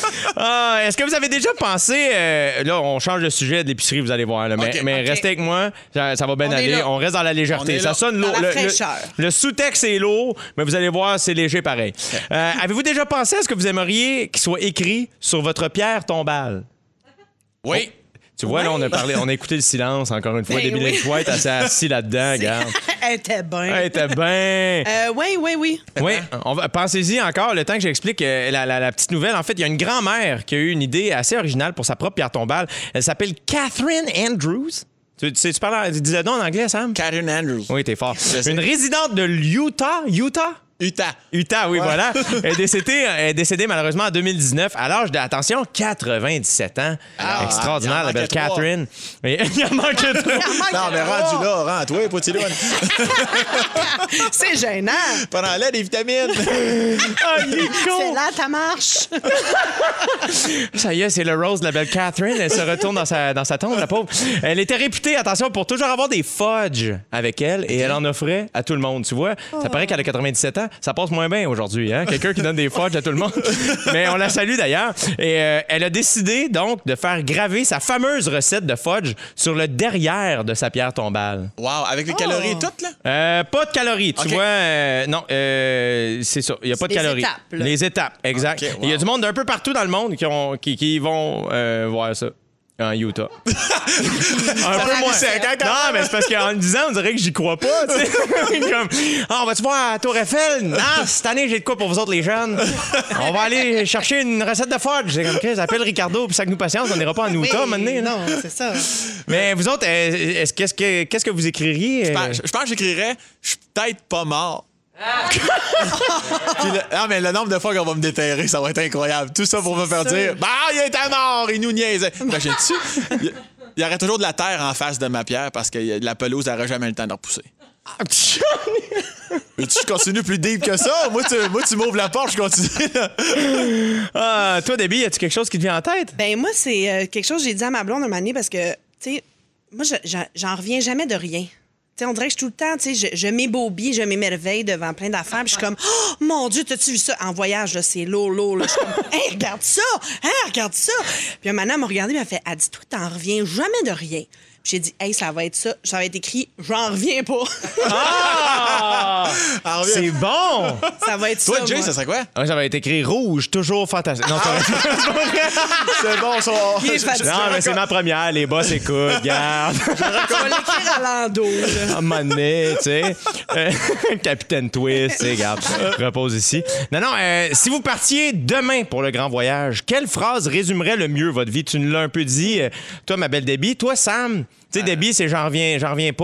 Ah, est-ce que vous avez déjà pensé... euh, là, on change de sujet de l'épicerie, vous allez voir. Là, mais OK. mais OK. restez avec moi. Ça, ça va bien On est aller. là. On reste dans la On légèreté. est Ça là. sonne Dans lourd. la Le- le, fraîcheur. le sous-texte est lourd, mais vous allez voir, c'est léger pareil. Euh, avez-vous déjà pensé à ce que vous aimeriez qu'il soit écrit sur votre pierre tombale? Oui. Tu vois, là, on a Ouais. parlé, on a écouté le silence, encore une fois. Ben Debbie oui. Lynch White, elle s'est assise là-dedans, regarde. Elle était bien. Elle était bien. Euh, oui, oui, oui. Oui, on va, pensez-y encore, le temps que j'explique euh, la, la- la petite nouvelle. En fait, il y a une grand-mère qui a eu une idée assez originale pour sa propre pierre tombale. Elle s'appelle Catherine Andrews. Tu, tu sais, tu parles, tu disais non en anglais, Sam? Catherine Andrews. Oui, t'es fort. Je sais. Une résidente de l'Utah, Utah? Utah. Utah, oui, voilà. Elle est décédée, elle est décédée malheureusement en deux mille dix-neuf à l'âge de, attention, quatre-vingt-dix-sept ans. Ah, Extraordinaire, il en la belle manquait trois. Catherine. Et, il en manque trois. Non, mais rendu là, rentre-toi, pas loin. C'est gênant. Prends-la des vitamines. Ah, il est C'est con. là ta marche. Ça y est, c'est le Rose de la belle Catherine. Elle se retourne dans sa, dans sa tombe, la pauvre. Elle était réputée, attention, pour toujours avoir des fudge avec elle et elle en offrait à tout le monde, tu vois. Ça paraît qu'elle a quatre-vingt-dix-sept ans. Ça passe moins bien aujourd'hui, hein? Quelqu'un qui donne des fudge à tout le monde. Mais on la salue d'ailleurs. Et euh, elle a décidé donc de faire graver sa fameuse recette de fudge sur le derrière de sa pierre tombale. Wow, avec les calories et tout, là? Euh, pas de calories, tu OK. vois. euh, non, euh, c'est ça. Il n'y a pas de les calories. étapes, là. Les étapes, exact. OK, Et Il y a wow. du monde d'un peu partout dans le monde qui, ont, qui, qui vont euh, voir ça. En Utah. Un peu moins. c'est quand- Non, mais c'est parce qu'en le disant, on dirait que j'y crois pas. Tu sais. Comme, ah, on va-tu voir à la Tour Eiffel? Non, cette année, j'ai de quoi pour vous autres, les jeunes. On va aller chercher une recette de fudge. C'est comme, ça appelle Ricardo, puis ça que nous patience, on n'ira pas en Utah Oui, maintenant. là. non, c'est ça. Mais vous autres, euh, est-ce, qu'est-ce, que, qu'est-ce que vous écririez? euh? Je pense que j'écrirais « Je suis peut-être pas mort ». Puis le- non, mais le nombre de fois qu'on va me déterrer, ça va être incroyable. Tout ça pour me faire sûr. dire « Bah, il était mort, il nous niaisait. » Imagine-tu? Il il y aurait toujours de la terre en face de ma pierre parce que la pelouse n'aurait jamais le temps de repousser. Mais tu continues plus deep que ça? Moi, tu, moi, tu m'ouvres la porte, je continue. Ah, toi, Debbie, y a-tu quelque chose qui te vient en tête? Ben moi, c'est euh, quelque chose que j'ai dit à ma blonde un moment donné parce que, tu sais, moi, je- j'en- j'en reviens jamais de rien. Tu sais, on dirait que je suis tout le temps, tu sais, je, je m'ébobie, je m'émerveille devant plein d'affaires. Puis je suis comme, oh mon Dieu, t'as-tu vu ça? En voyage, là, c'est lourd, lourd. Là. Je suis comme, hey, regarde ça! Hein, regarde ça! Puis un moment, elle m'a regardé et elle a fait, elle dit, toi, t'en reviens jamais de rien. Puis j'ai dit, hey, ça va être ça. Ça va être écrit, j'en reviens pas. Ah! En revient. C'est bon! Ça va être Toi, ça. Jay, moi. ça serait quoi? Ah, ça va être écrit rouge, toujours fantastique. Non, c'est pas vrai. C'est bon, ça. Il est fatigué. Non, mais c'est ma première. Les boss écoutent, regarde. Tu vas l'écrire à l'endo. là. À un moment donné, tu sais. Euh, Capitaine Twist, tu sais, regarde. Repose ici. Non, non, euh, si vous partiez demain pour le grand voyage, quelle phrase résumerait le mieux votre vie? Tu nous l'as un peu dit. Euh, toi, ma belle Debbie. Toi, Sam, tu sais, Debbie, c'est j'en reviens, j'en reviens pas.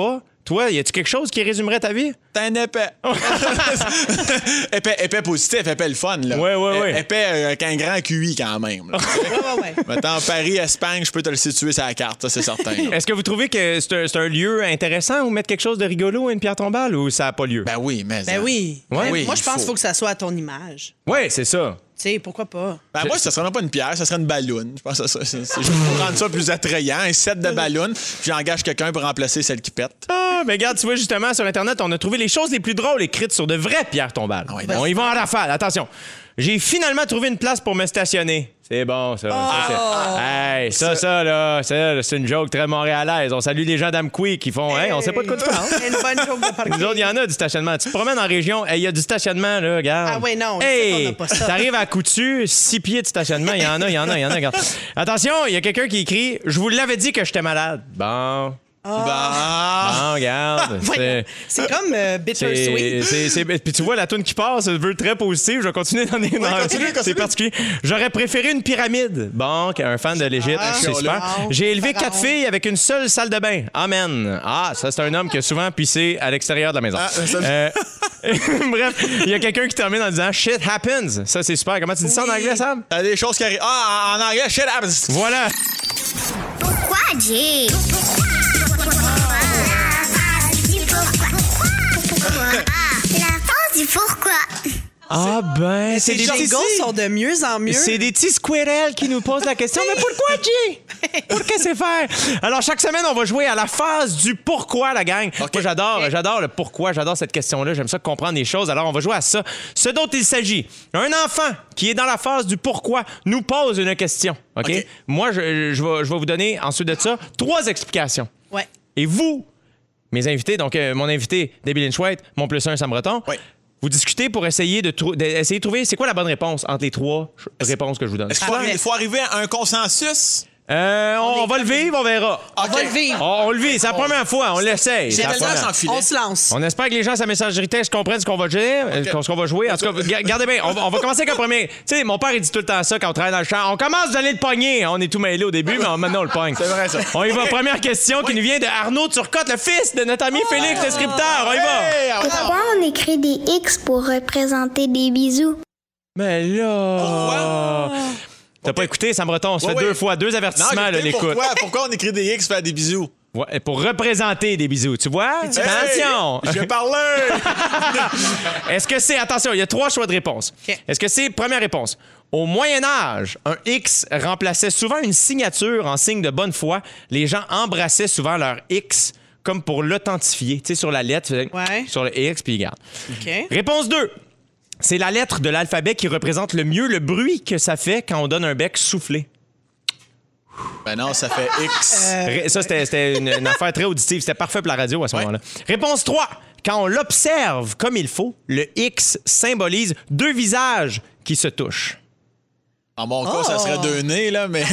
Toi, y a-tu quelque chose qui résumerait ta vie? T'es un épais. épais. Épais positif, épais le fun, là. Ouais, ouais, ouais. Épais avec un grand Q I quand même. Là. Ouais, ouais, ouais. Mettons Paris, Espagne, je peux te le situer sur la carte, ça, c'est certain. là. Est-ce que vous trouvez que c'est un, c'est un lieu intéressant où mettre quelque chose de rigolo à une pierre tombale ou ça n'a pas lieu? Ben oui, mais. Ben oui. Ouais. Ben, Oui, moi, je il pense qu'il faut. faut que ça soit à ton image. Oui, c'est ça. Tu sais, pourquoi pas? Ben moi, ça serait même pas une pierre, ça serait une balloune. Je pense que ça, c'est, c'est juste pour rendre ça plus attrayant. Un set de ballons, puis j'engage quelqu'un pour remplacer celle qui pète. Ah, mais regarde, tu vois, justement, sur Internet, on a trouvé les choses les plus drôles écrites sur de vraies pierres tombales. Ah ouais, on y va en rafale, attention. J'ai finalement trouvé une place pour me stationner. C'est bon, ça. ça, c'est... Hey, ça, ça, là, ça, c'est une joke très montréalaise. On salue les gens d'Amqui qui font, hey, on sait pas de quoi tu parles. C'est une bonne joke de parking. Nous autres, il y en a du stationnement. Tu te promènes en région, il y a du stationnement, là, regarde. Ah ouais, non, Hey, ici, on n'a pas ça. t'arrives à Coutu, six pieds de stationnement, il y en a, il y en a, il y en a, regarde. Attention, il y a quelqu'un qui écrit « Je vous l'avais dit que j'étais malade. » Bon. Bah. Bon, regarde. Voyons. C'est comme euh, bittersweet. C'est, c'est, c'est- puis tu vois, la toune qui passe, elle veut très positive. Je vais continuer dans les. dans- continue, c'est continue. particulier. J'aurais préféré une pyramide. Bon, un fan de l'Égypte. Ah, c'est super. wow. J'ai élevé Pharaon. quatre filles avec une seule salle de bain. Amen. Ah, ça, c'est un homme qui a souvent pissé à l'extérieur de la maison. Ah, ça- Euh, Bref, il y a quelqu'un qui termine en disant shit happens. Ça, c'est super. Comment tu dis ça en Oui. anglais, Sam? T'as des choses qui arrivent. Ah, en, en anglais, shit happens. Voilà. Pourquoi, Jay? La phrase du pourquoi. Ah, ben, c'est Les des petits. jingles sont de mieux en mieux. C'est des petits squirrels qui nous posent la question. Mais pourquoi, Jay? Pour que c'est faire? Alors, chaque semaine, on va jouer à la phase du pourquoi, la gang. Moi, j'adore, j'adore le pourquoi. J'adore cette question-là. J'aime ça comprendre les choses. Alors, on va jouer à ça. Ce dont il s'agit. Un enfant qui est dans la phase du pourquoi nous pose une question. OK? OK. Moi, je, je vais, je vais vous donner, ensuite de ça, trois explications. Ouais. Et vous, mes invités, donc euh, mon invité, Debbie Lynch-White, mon plus un, Sam Breton, Oui. vous discutez pour essayer de, trou- d'essayer de trouver c'est quoi la bonne réponse entre les trois ch- réponses que je vous donne. Est-ce qu'il faut, arri- faut arriver à un consensus? Euh, on, on va le vivre, on verra. On va le vivre. On, on le vit, c'est la première fois, on l'essaye. J'ai C'est la tellement première. sans filet. On se lance. On espère que les gens, sa messagerie texte, comprennent ce qu'on va dire, euh, ce qu'on va jouer. En tout cas, ga- regardez bien, on va, on va commencer avec un premier. Tu sais, mon père, il dit tout le temps ça quand on travaille dans le champ. On commence, vous allez le pogner. On est tout mêlé au début, mais on- maintenant, on le pogne. C'est vrai, ça. On y va. Première question qui nous vient de Arnaud Turcotte, le fils de notre ami Félix, le scripteur. On y va. Hey, alors, Pourquoi on écrit des X pour représenter des bisous? Mais là. Pourquoi? T'as pas écouté, Sam Breton? On se Ouais, fait ouais. deux fois, deux Non, avertissements, j'ai là, dit l'écoute. pourquoi, pourquoi on écrit des X pour faire des bisous? Ouais, pour représenter des bisous, tu vois? Hey, Attention! Je vais parler! Est-ce que c'est... Attention, il y a trois choix de réponse. OK. Est-ce que c'est... Première réponse. Au Moyen Âge, un X remplaçait souvent une signature en signe de bonne foi. Les gens embrassaient souvent leur X comme pour l'authentifier. Tu sais, sur la lettre, tu faisais Ouais. sur le X, puis regarde. OK. Réponse deux. C'est la lettre de l'alphabet qui représente le mieux le bruit que ça fait quand on donne un bec soufflé. Ben non, ça fait X. Ré- Ça, c'était, c'était une, une affaire très auditive. C'était parfait pour la radio à ce Ouais. moment-là. Réponse trois. Quand on l'observe comme il faut, le X symbolise deux visages qui se touchent. En mon cas, ça serait deux nez, là, mais.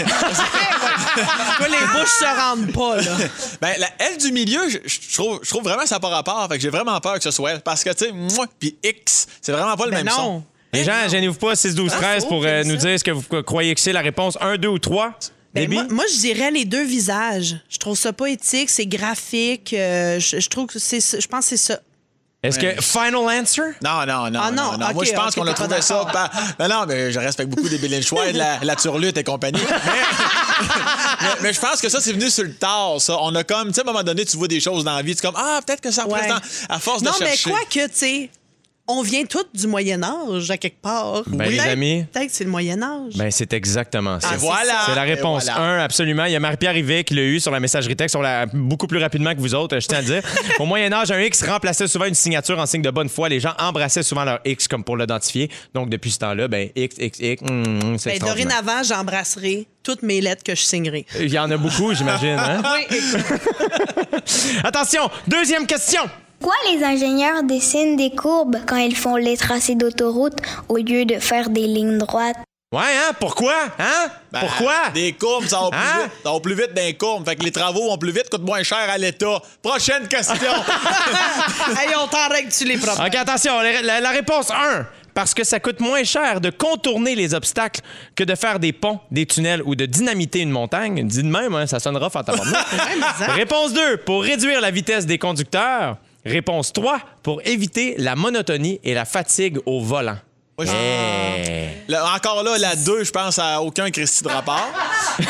Toi, les bouches se rendent pas, là. Ben, la L du milieu, je, je trouve, je trouve vraiment que ça n'a pas rapport. Fait que j'ai vraiment peur que ce soit elle. Parce que, tu sais, moi, puis X, c'est vraiment pas le Mais même son. non. Les gens, gênez-vous pas, six douze treize Bravo, pour euh, j'aime nous ça. dire ce que vous croyez que c'est la réponse un, deux ou trois. Ben, Déby? moi, moi, je dirais les deux visages. Je trouve ça pas éthique, c'est graphique. euh, je, je trouve que c'est ça- je pense que c'est ça. Est-ce que final answer? Non, non, non. Ah non, non, ok, Moi, je pense ok, qu'on a t'es pas trouvé ça. d'accord. par- Non, non, mais je respecte beaucoup des Bélines Chouette, la, la Turlute et compagnie. Mais, mais, mais je pense que ça, c'est venu sur le tard, ça. On a comme, tu sais, à un moment donné, tu vois des choses dans la vie, tu es comme, ah, peut-être que ça Ouais. représente. À force Non, de mais chercher. quoi que, tu sais, on vient tous du Moyen-Âge, à quelque part. Ben, les Peut-être- amis. Peut-être que c'est le Moyen-Âge. Ben, c'est exactement ça. Et voilà. C'est la Et réponse voilà. un, absolument. Il y a Marie-Pierre Rivet qui l'a eu sur la messagerie texte sur la... beaucoup plus rapidement que vous autres, je tiens à le dire. Au Moyen-Âge, un X remplaçait souvent une signature en signe de bonne foi. Les gens embrassaient souvent leur X comme pour l'identifier. Donc, depuis ce temps-là, ben, X, X, X, mm, c'est Ben, extraordinaire. dorénavant, j'embrasserai toutes mes lettres que je signerai. Il y en a beaucoup, j'imagine. Hein? Oui. Attention, deuxième question. Pourquoi les ingénieurs dessinent des courbes quand ils font les tracés d'autoroute au lieu de faire des lignes droites? Ouais, hein? Pourquoi? Hein? Ben, Pourquoi? Des courbes, ça va plus Hein? vite. Ça va plus vite d'un courbes. Fait que les travaux vont plus vite, coûtent moins cher à l'État. Prochaine question. Hey, on t'en règle-tu les problèmes. OK, attention, la, la- la réponse un. parce que ça coûte moins cher de contourner les obstacles que de faire des ponts, des tunnels ou de dynamiter une montagne. Dis de même, hein, ça sonnera fantablement. Réponse deux, pour réduire la vitesse des conducteurs. Réponse trois, pour éviter la monotonie et la fatigue au volant. Moi, je- Hey. Là, encore là, la deux, je pense à aucun Christy de rapport. Euh,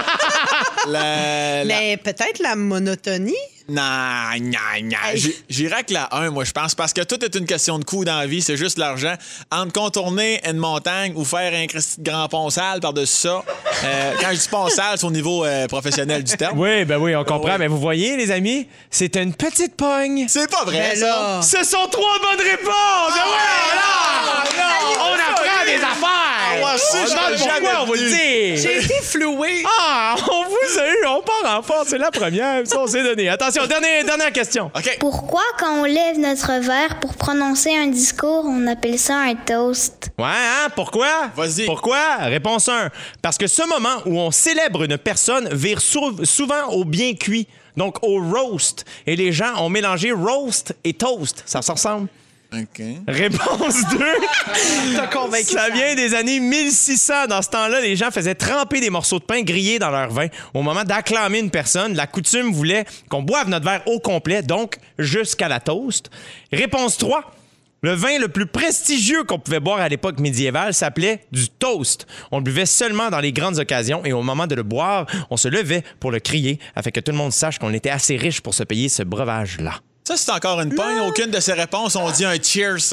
la- la- Mais peut-être la monotonie. Non, non, non. J'ai- J'irais avec la un, moi, je pense, parce que tout est une question de coût dans la vie, c'est juste l'argent. Entre contourner une montagne ou faire un Christy de grand pont sale par-dessus ça, euh, quand je dis pont sale, c'est au niveau euh, professionnel du terme. Oui, ben oui, on comprend. Oui. Mais vous voyez, les amis, c'est une petite pogne. C'est pas vrai, Mais ça. là, Ce sont trois bonnes réponses! Ben ouais, là! On apprend des affaires! Ah, moi aussi, on j'aurais demande jamais pourquoi, on vous le vu. dit! j'ai été flouée. Ah, on vous a eu, on part en force, c'est la première, ça on s'est donné. Attention, dernière, dernière question. OK. Pourquoi, quand on lève notre verre pour prononcer un discours, on appelle ça un toast? Ouais, hein? Pourquoi? Vas-y. Pourquoi? Réponse un. Parce que ce moment où on célèbre une personne vire sou- souvent au bien cuit, donc au roast. Et les gens ont mélangé roast et toast. Ça se ressemble. OK. Réponse deux. T'as convaincu. Ça Sam. vient des années mille six cents. Dans ce temps-là, les gens faisaient tremper des morceaux de pain grillés dans leur vin. Au moment d'acclamer une personne, la coutume voulait qu'on boive notre verre au complet, donc jusqu'à la toast. Réponse trois. Le vin le plus prestigieux qu'on pouvait boire à l'époque médiévale s'appelait du toast. On le buvait seulement dans les grandes occasions et au moment de le boire, on se levait pour le crier afin que tout le monde sache qu'on était assez riche pour se payer ce breuvage-là. Ça, c'est encore une pogne. Aucune de ces réponses, on dit un cheers.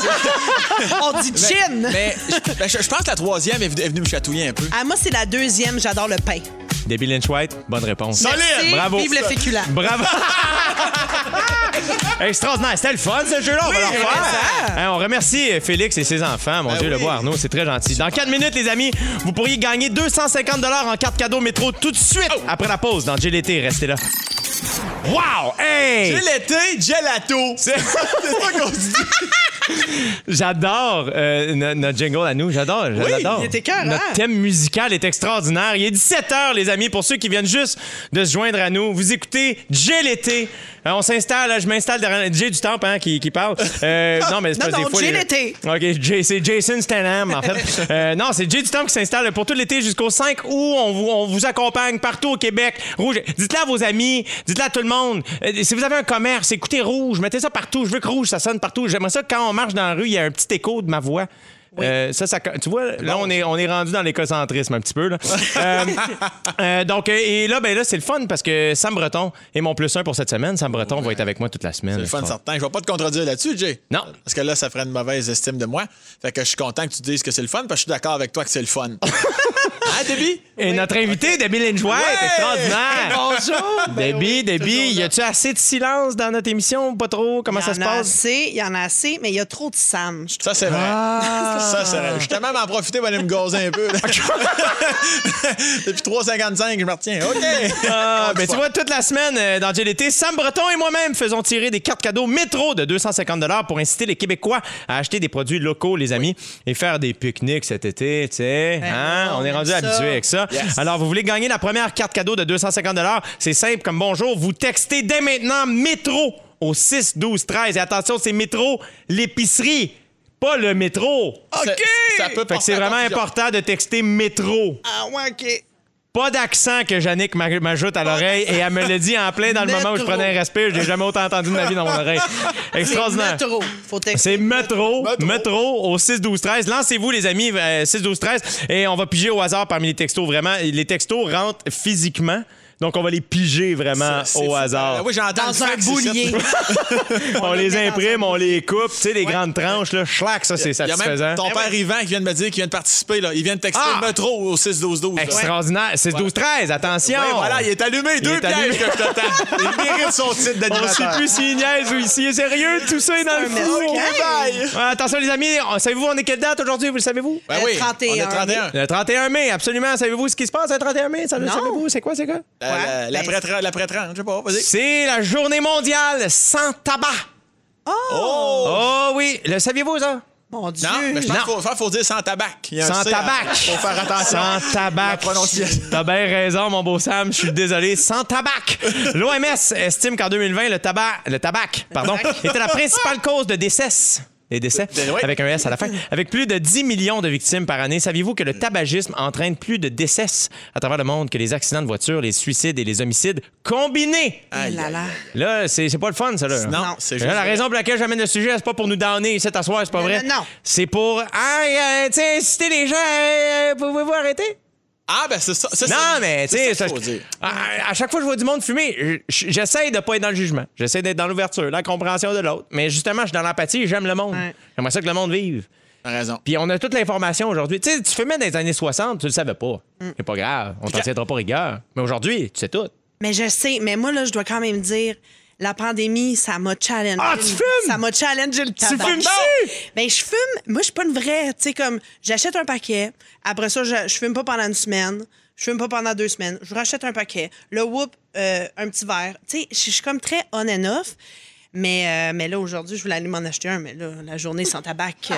On dit gin. Mais je, ben, je- je pense que la troisième est venue, est venue me chatouiller un peu. Ah, moi, c'est la deuxième. J'adore le pain. Debbie Lynch White, bonne réponse. Solide! Merci. Bravo. Vive le féculent. Bravo! Extraordinaire. C'était le fun, ce jeu-là. On va le refaire. Hein, on remercie Félix et ses enfants. Mon Ben Dieu, le oui. voir, Arnaud, c'est très gentil. Dans quatre minutes, les amis, vous pourriez gagner deux cent cinquante dollars en carte cadeau métro tout de suite après la pause dans J L T. Restez là. Wow! Hey! J'ai l'été, gelato. C'est ça qu'on se dit. J'adore euh, no- notre jingle à nous. J'adore. Oui, j'adore. il est écœurant. Notre thème musical est extraordinaire. Il est dix-sept heures, les amis. Pour ceux qui viennent juste de se joindre à nous, vous écoutez J l'été. Euh, on s'installe. là, Je m'installe derrière Jay du Temple hein, qui, qui parle. Euh, non, mais c'est Non, pas non, des fois. Jay les- l'été. OK, Jay, c'est Jason Stanham, en fait. Euh, non, c'est Jay du Temple qui s'installe pour tout l'été jusqu'au cinq août. On vous, on vous accompagne partout au Québec. Rouge. Dites-le à vos amis. Dites-le à tout le monde. Euh, si vous avez un commerce, écoutez Rouge. Mettez ça partout. Je veux que Rouge, ça sonne partout. J'aimerais ça que quand on marche dans la rue, il y a un petit écho de ma voix. Euh, ça, ça, tu vois, là, on est, on est rendu dans l'écocentrisme un petit peu. Là. euh, euh, donc, euh, et là, ben là, c'est le fun parce que Sam Breton est mon plus un pour cette semaine. Sam Breton va être avec moi toute la semaine. C'est le fun certain. Je vais pas te contredire là-dessus, Jay. Non. Parce que là, ça ferait une mauvaise estime de moi. Fait que je suis content que tu dises que c'est le fun, parce que je suis d'accord avec toi que c'est le fun. Hein, Debbie? Et notre invité, Debbie Lynch White, Ouais! extraordinaire. Bonjour. Ben Debbie, oui, Debbie, toujours y là. a-tu assez de silence dans notre émission? Pas trop? Comment Il y ça se en a passe? assez, il y en a assez, mais il y a trop de Sam. je trouve. Ça, c'est vrai. Ça, c'est vrai. Je vais même en profiter pour aller me gazer un peu. là. Depuis trois cinquante-cinq, je me retiens. OK. Ah, ben, tu fun. vois, toute la semaine euh, dans J L T, Sam Breton et moi-même faisons tirer des cartes cadeaux métro de deux cent cinquante dollars pour inciter les Québécois à acheter des produits locaux, les amis, et faire des pique-niques cet été, tu sais. Ben Hein? non, On est on rendu aime ça. habitué avec ça. Yes. Alors, vous voulez gagner la première carte cadeau de deux cent cinquante dollars? C'est simple comme bonjour. Vous textez dès maintenant métro au six douze treize. Et attention, c'est métro, l'épicerie, pas le métro. Ça- Ça peut Fait que c'est vraiment important de texter métro. Ah ouais, OK. Pas d'accent que Yannick m'a- m'ajoute à l'oreille et elle me l'a dit en plein dans le moment où je Métro. prenais un respire. Je l'ai jamais autant entendu de ma vie dans mon oreille. Extraordinaire. C'est métro. Faut texter. C'est métro, Métro. métro au six douze treize. Lancez-vous, les amis, euh, six douze treize. Et on va piger au hasard parmi les textos. Vraiment, les textos rentrent physiquement. Donc, on va les piger vraiment C'est- c'est au fou. hasard. Ah oui, j'entends le Dans un fax boulier. ici. On les les met dans imprime, un on les coupe. Tu sais, les grandes tranches, là, schlac, ça, c'est Il y a satisfaisant. même ton père Yvan qui vient de me dire qu'il vient de participer. Là. Il vient de texter Ah! le métro au six douze douze. là. Extraordinaire. six douze treize, attention. Ouais, voilà, il est allumé. Deux est pièges allumé. que je t'attends. Il mérite son titre On d'animateur. sait plus s'il niaise ou ici est sérieux. Tout ça est dans le un fou. mesquin. Bye. Ouais, attention, les amis. on- Savez-vous, on est quelle date aujourd'hui? Vous le savez-vous? Ben Le oui, trente et un. on est trente et un. Le trente et un mai, absolument. Savez-vous ce qui se passe le trente et un mai? Ça, le Non. savez-vous? C'est quoi, c'est quoi? La- la- Ouais, L'après ben, l'après trente, je sais pas, vas-y. C'est la journée mondiale sans tabac. Oh! Oh oui. Le saviez-vous, ça? Mon Dieu. Non, mais je pense Non. qu'il faut, faut, faut dire sans tabac. Il y a un Sans C à- tabac. Faut faire attention. Sans tabac. La prononciation. T'as bien raison, mon beau Sam. Je suis désolé. Sans tabac. L'O M S estime qu'en deux mille vingt, le tabac, le tabac, pardon, était la principale cause de décès. les décès, Oui. avec un S à la fin. Avec plus de dix millions de victimes par année, saviez-vous que le tabagisme entraîne plus de décès à travers le monde que les accidents de voiture, les suicides et les homicides combinés? Aïe, là, là. Là, c'est c'est pas le fun, ça, là. Non, c'est juste. Là, la raison pour laquelle j'amène le sujet, c'est pas pour nous donner cet asseoir, c'est pas Non, vrai. non, non. C'est pour, ah, euh, tu sais, inciter les gens, euh, pouvez-vous arrêter? Ah, ben c'est ça. ça Non, c'est- mais tu c'est sais, ça ça- qu'il faut dire. à, à chaque fois que je vois du monde fumer, je- j'essaie de pas être dans le jugement. J'essaie d'être dans l'ouverture, la compréhension de l'autre. Mais justement, je suis dans l'empathie et j'aime le monde. Ouais. J'aimerais ça que le monde vive. T'as raison. Puis on a toute l'information aujourd'hui. Tu sais, tu fumais dans les années soixante, tu le savais pas. C'est pas grave, on t'en quand- tiendra pas rigueur. Mais aujourd'hui, tu sais tout. Mais je sais, mais moi, là, je dois quand même dire, la pandémie, ça m'a challengé. Ah, tu fumes? Ça m'a challengé le tabac. fumes-tu? Ben, je fume. Moi, je suis pas une vraie. Tu sais, comme, j'achète un paquet. Après ça, je, je fume pas pendant une semaine. Je fume pas pendant deux semaines. Je rachète un paquet. Le whoop, euh, un petit verre. Tu sais, je je suis comme très on and off. Mais, euh, mais là, aujourd'hui, je voulais aller m'en acheter un, mais là, la journée sans tabac. Euh,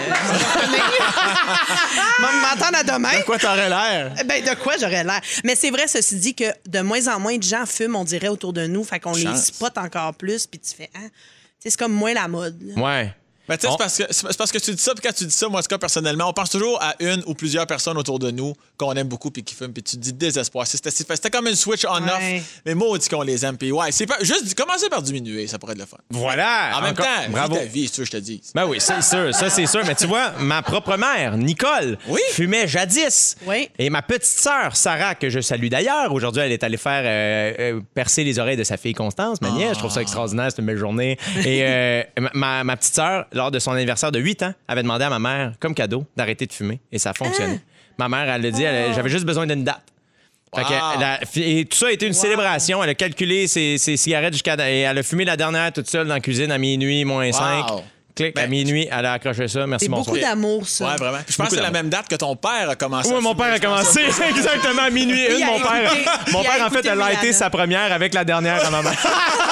m'entendre à demain. De quoi t'aurais l'air? Ben, de quoi j'aurais l'air? Mais c'est vrai, ceci dit, que de moins en moins de gens fument, on dirait, autour de nous. Fait qu'on les Chance. spot encore plus, puis tu fais, hein? Tu sais, c'est comme moins la mode. là. Ouais. Ben, tu sais, On- c'est parce, que, c'est parce que tu dis ça, puis quand tu dis ça, moi, en tout cas, personnellement, on pense toujours à une ou plusieurs personnes autour de nous qu'on aime beaucoup puis qui fument, puis tu te dis désespoir. C'était, c'était, c'était comme une switch on-off, Ouais. mais moi, on dit qu'on les aime, puis ouais, c'est pas, juste commencer par diminuer, ça pourrait être le fun. Voilà. En même Encore- temps, bravo. vis ta vie, c'est sûr que je te dis. Ben oui, c'est sûr, ça c'est sûr. Mais tu vois, ma propre mère, Nicole, Oui. fumait jadis. Oui. Et ma petite sœur, Sarah, que je salue d'ailleurs, aujourd'hui, elle est allée faire euh, euh, percer les oreilles de sa fille Constance, ma nièce. Je trouve ça extraordinaire, c'est une belle journée. Et euh, ma, ma petite sœur, lors de son anniversaire de huit ans, avait demandé à ma mère, comme cadeau, d'arrêter de fumer. Et ça a fonctionné. Ma mère, elle a dit, elle- j'avais juste besoin d'une date. Fait que Wow. la- et tout ça a été une célébration. Elle a calculé ses, ses cigarettes jusqu'à. Et elle a fumé la dernière toute seule dans la cuisine à minuit, moins cinq. Clic, à Ben, minuit, elle a accroché ça. Merci, C'est bonsoir. beaucoup d'amour, ça. Ouais, vraiment. Puis je pense que c'est la même date que ton père a commencé. Oui, à mon fumer, père a je pense. commencé exactement à minuit Il une. a Mon père, écouté- mon il a père en fait, écouté a lighté Rihanna. sa première avec la dernière à ma mère.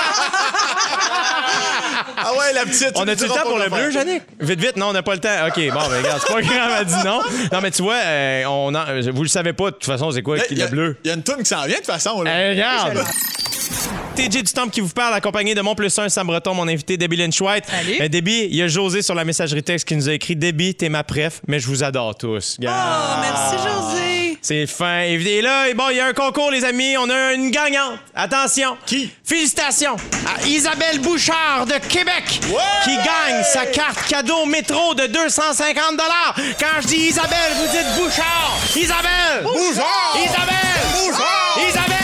Ah ouais, la petite. On tu a-tu me le diras temps pas pour le quoi bleu, faire. Yannick? Vite, vite, non, on n'a pas le temps. OK, bon, ben regarde, c'est pas grave, elle dit non. Non, mais tu vois, euh, on en- vous le savez pas, de toute façon, c'est quoi Là, qui il y a- le bleu? Il y a une toune qui s'en vient, de toute façon. Là. Hey, regarde! T J du Temple qui vous parle, accompagné de mon plus un, Sam Breton, mon invité, Debbie Lynch White. Salut. Euh, Debbie, il y a José sur la messagerie texte qui nous a écrit « Debbie, t'es ma préf, mais je vous adore tous. » Oh, merci, José. C'est fin. Et là, et bon, il y a un concours, les amis. On a une gagnante. Attention. Qui? Félicitations à Isabelle Bouchard de Québec qui gagne sa carte cadeau métro de deux cent cinquante dollars. Quand je dis Isabelle, vous dites Bouchard. Isabelle! Bouchard! Isabelle! Bouchard! Isabelle!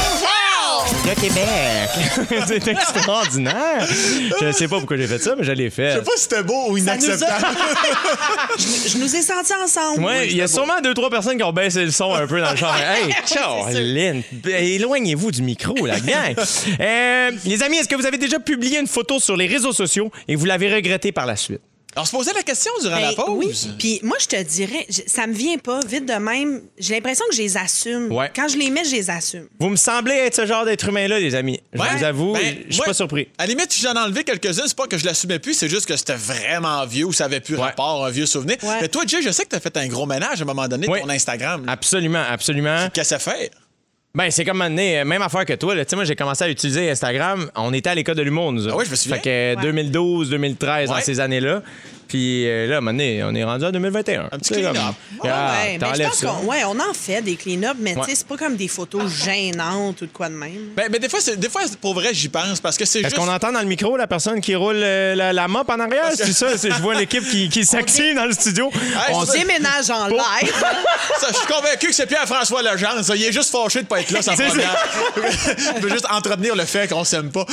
Le Québec! C'est extraordinaire. Je sais pas pourquoi j'ai fait ça, mais je l'ai fait. Je sais pas si c'était beau ou Ça nous a- inacceptable. je, je nous ai sentis ensemble. Ouais, il y a sûrement deux, trois personnes qui ont baissé le son un peu dans le champ. Hey, Caroline, éloignez-vous du micro, la gang. Euh, les amis, est-ce que vous avez déjà publié une photo sur les réseaux sociaux et vous l'avez regretté par la suite? Alors, se posait la question durant Ben, la pause. oui. Puis moi, je te dirais, je- ça me vient pas vite de même. J'ai l'impression que je les assume. Ouais. Quand je les mets, je les assume. Vous me semblez être ce genre d'être humain-là, les amis. Je Ouais, vous avoue, ben, je suis ouais. pas surpris. À la limite, si j'en ai enlevé quelques-unes, c'est pas que je l'assumais plus, c'est juste que c'était vraiment vieux ou ça avait plus Ouais. rapport, un vieux souvenir. Ouais. Mais toi, Jay, je sais que t'as fait un gros ménage à un moment donné de Oui. ton Instagram. là. Absolument, absolument. Qu'est-ce que ça fait? Ben, c'est comme donné, même affaire que toi. là. Tu sais, moi, j'ai commencé à utiliser Instagram. On était à l'école de l'humour, nous autres. Ah oui, je me souviens. Fait que Ouais. deux mille douze, deux mille treize, dans Ouais. ces années-là. Puis euh, là, à un moment donné, on est rendu en deux mille vingt et un. Un petit Tu sais, clean-up. comme, Ouais, ah, ouais. Ben, je t'enlèves pense ça. qu'on ouais, on en fait des clean-up, mais tu Ouais. sais, c'est pas comme des photos gênantes ou de quoi de même. Ben, mais des fois, c'est, des fois, pour vrai, j'y pense parce que c'est Est-ce juste. qu'on entend dans le micro la personne qui roule euh, la, la mop en arrière? Parce que- C'est ça? C'est- je vois l'équipe qui, qui s'active dans le studio. Hey, On je- sait- Déménage en live. Ça, je suis convaincu que c'est Pierre-François Legendre. Ça. Il est juste fâché de pas être là, sa C'est première. Je veux juste entretenir le fait qu'on s'aime pas.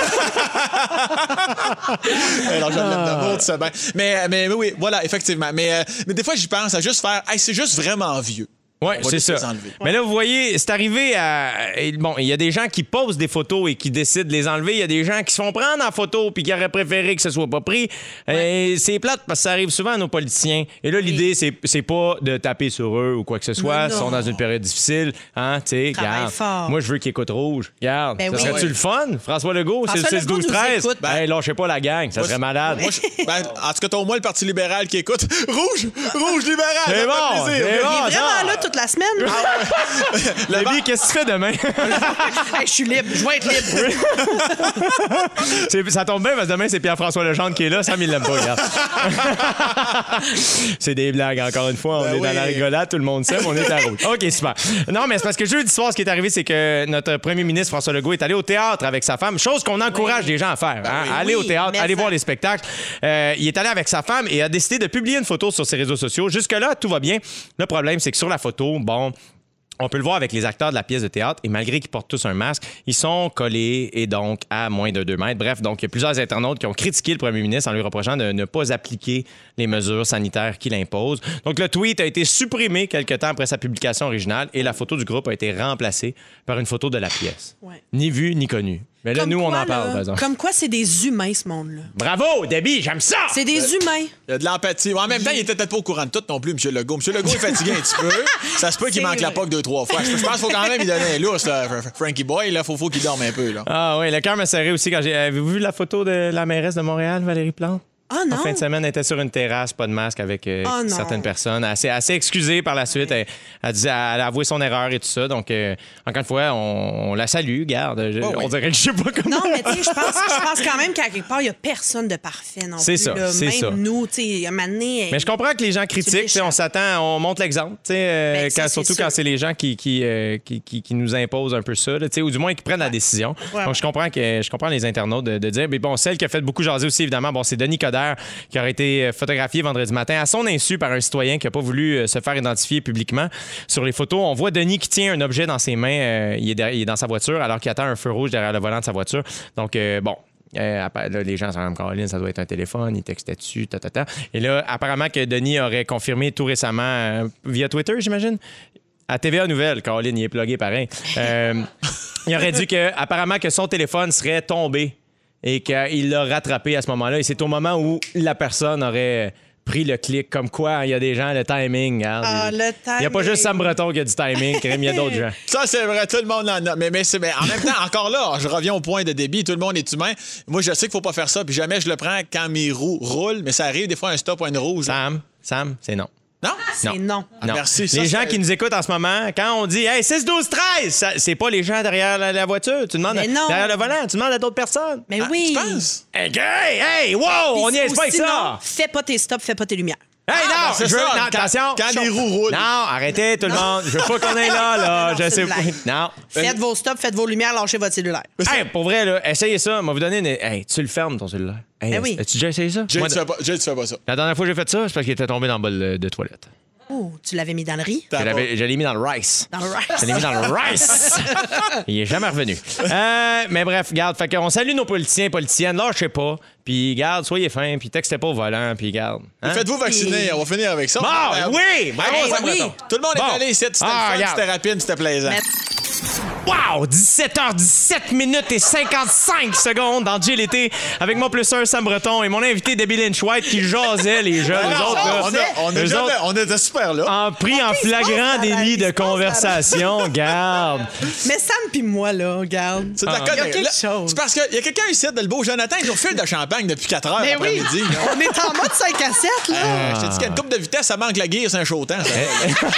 Alors, je l'aime d'amour, tu sais bien. Mais, mais, mais oui, voilà, effectivement. Mais, euh, mais des fois, j'y pense à juste faire. Hey, c'est juste vraiment vieux. Oui, On va c'est tous les ça. enlever. Mais là, vous voyez, c'est arrivé à. et Bon, il y a des gens qui posent des photos et qui décident de les enlever. Il y a des gens qui se font prendre en photo puis qui auraient préféré que ce soit pas pris. Et c'est plate parce que ça arrive souvent à nos politiciens. Et là, l'idée, c'est, c'est pas de taper sur eux ou quoi que ce soit. Mais Ils sont non. dans une période difficile. Hein, tu sais, Travaille regarde. fort. Moi, je veux qu'ils écoutent rouge. Regarde. Ben ça oui. serait-tu Ouais. le fun? François Legault, c'est François le six douze Legault nous treize. écoute. Ben, lâchez pas la gang. Ça Moi, serait je- malade. Moi, je- ben, en tout cas, t'as au moins le Parti libéral qui écoute. Rouge! Rouge libéral! C'est ça fait bon, plaisir. c'est bon. Il est ça. vraiment là toute la semaine. Debbie, qu'est-ce que tu fais demain? Hey, je suis libre. Je vais être libre. C'est- ça tombe bien parce que demain, c'est Pierre-François Legendre qui est là. Sam, il l'aime pas, regarde. C'est des blagues, encore une fois. On Ben est oui. dans la rigolade, tout le monde sait, mais on est à rouge. OK, super. Non, mais c'est parce que jeudi soir, ce qui est arrivé, c'est que notre premier ministre, François Legault, est allé au théâtre avec sa femme, chose qu'on encourage les gens à faire. Hein? oui. Aller au Oui, théâtre, mais aller ça- voir les spectacles. Euh, il est allé avec sa femme et a décidé de publier une photo sur ses réseaux sociaux. Jusque-là, tout va bien. Le problème, c'est que sur la photo, bon... On peut le voir avec les acteurs de la pièce de théâtre et malgré qu'ils portent tous un masque, ils sont collés et donc à moins de deux mètres. Bref, donc il y a plusieurs internautes qui ont critiqué le premier ministre en lui reprochant de ne pas appliquer les mesures sanitaires qu'il impose. Donc le tweet a été supprimé quelques temps après sa publication originale et la photo du groupe a été remplacée par une photo de la pièce. Ouais. Ni vue ni connue. Mais là, Comme nous, on quoi, en parle, là, par exemple. Comme quoi, c'est des humains, ce monde-là. Bravo, Debbie, j'aime ça! C'est des humains. Il y a de l'empathie. En même temps, il était peut-être pas au courant de tout non plus, M. Legault. M. Legault est fatigué un petit peu. Ça se peut qu'il C'est manque la vrai. poque deux, trois fois. Je pense qu'il faut quand même lui donner un lousse, là. Frankie Boy, là, faut, faut qu'il dorme un peu, là. Ah oui, le cœur me serrait aussi quand j'ai... Avez-vous vu la photo de la mairesse de Montréal, Valérie Plante? Ah non. En fin de semaine, elle était sur une terrasse, pas de masque, avec euh, Oh non. certaines personnes. Elle s'est assez excusée par la suite. Elle, elle disait, elle a avoué son erreur et tout ça. Donc, euh, encore une fois, on, on la salue, garde. Je- Oh oui. On dirait que je sais pas comment. Non, mais tu sais, je pense, je pense quand même qu'à quelque part, il n'y a personne de parfait non C'est plus. ça, là. c'est Même ça. nous, tu sais, à un moment donné, Mais je comprends que les gens critiquent. tu sais, On s'attend, on montre l'exemple. tu sais, euh, Ben, ça, quand- c'est surtout sûr. quand c'est les gens qui, qui, euh, qui, qui- qui nous imposent un peu ça, là, tu sais, ou du moins qui prennent la décision. Ouais, Donc, je comprends, que, je comprends les internautes de, de dire. Mais bon, celle qui a fait beaucoup jaser aussi, évidemment, bon, c'est Denis Coderre qui aurait été photographié vendredi matin à son insu par un citoyen qui n'a pas voulu euh, se faire identifier publiquement. Sur les photos, on voit Denis qui tient un objet dans ses mains. euh, il, est derrière- il est dans sa voiture alors qu'il attend un feu rouge derrière le volant de sa voiture. Donc, euh, bon. Euh, appa- là, les gens sont comme Caroline, ça doit être un téléphone, il textait dessus, ta, ta, ta. Et là, apparemment que Denis aurait confirmé tout récemment euh, via Twitter, j'imagine. À T V A Nouvelles, Caroline, il est plugué pareil. Euh, il aurait dit que, apparemment que son téléphone serait tombé et qu'il l'a rattrapé à ce moment-là. Et c'est au moment où la personne aurait pris le clic. Comme quoi, il y a des gens, le timing. Regarde. Ah, le Il n'y a pas timing. juste Sam Breton qui a du timing, Crème, il y a d'autres gens. Ça, c'est vrai, tout le monde en a. Mais, mais, c'est- mais en même temps, encore là, je reviens au point de débit, tout le monde est humain. Moi, je sais qu'il faut pas faire ça, puis jamais je le prends quand mes roues roulent, mais ça arrive des fois un stop ou une rouge. Sam, Sam, c'est non. Non? c'est non. Ah, merci, ça, les gens c'est- qui nous écoutent en ce moment, quand on dit Hey, six, douze, treize, ça- c'est pas les gens derrière la, la voiture. Tu demandes Mais non. derrière le volant, tu demandes à d'autres personnes. Mais Ah, oui. tu penses? Hey, hey, hey, wow, on y est pas avec Sinon, ça. fais pas tes stops, fais pas tes lumières. Hey, Ah, non, ben, c'est je veux, ça, non, quand- attention. quand les roues roulent. Non, arrêtez tout le monde. Je veux pas qu'on est là, là. Non, je c'est sais une pas. blague. Non. Faites vos stops, faites vos lumières, lâchez votre cellulaire. Hey, pour vrai, là, essayez ça. On va vous donner une. Hey, tu le fermes, ton cellulaire. Hey, Ben oui. As-tu déjà essayé ça? Jay, Moi, tu fais pas, Jay, tu fais pas ça. la dernière fois que j'ai fait ça, c'est parce qu'il était tombé dans le bol de, de toilette. Oh, tu l'avais mis dans le riz? T'as Je pas- l'avais- je l'ai mis dans le rice. Dans le rice. Je l'ai mis dans le rice. Il est jamais revenu. Euh, mais bref, garde, fait qu'on salue nos politiciens et politiciennes. Lâchez pas. Puis garde, soyez fins. Puis textez pas au volant. Puis garde. Hein? Faites-vous vacciner, on va finir avec ça. Bon, Ben, oui! Bravo, Hey, Sam oui. Breton. Tout le monde est Bon. allé ici, c'était Ah, le fun, regarde. c'était rapide, c'était plaisant. Mais- Wow! dix-sept heures dix-sept minutes et cinquante-cinq secondes dans J L T avec mon plus un Sam Breton et mon invité Debbie Lynch White qui jasait les jeunes. Ah, Eux non, autres, là, on, a, on, a eux jamais- autres, on était super là. en pris en flagrant il se passe délit la- de il se passe la- conversation. Garde. Mais Sam puis moi, là, regarde. C'est de la Ah. conne- Il y a quelque là, chose. C'est parce qu'il y a quelqu'un ici, de le beau Jonathan, qui nous refile de champagne depuis quatre heures Mais oui, après-midi. là. on est en mode cinq à sept, là. Euh, je t'ai dit qu'il y a une coupe de vitesse, ça manque la guire, c'est un chaud temps. ça.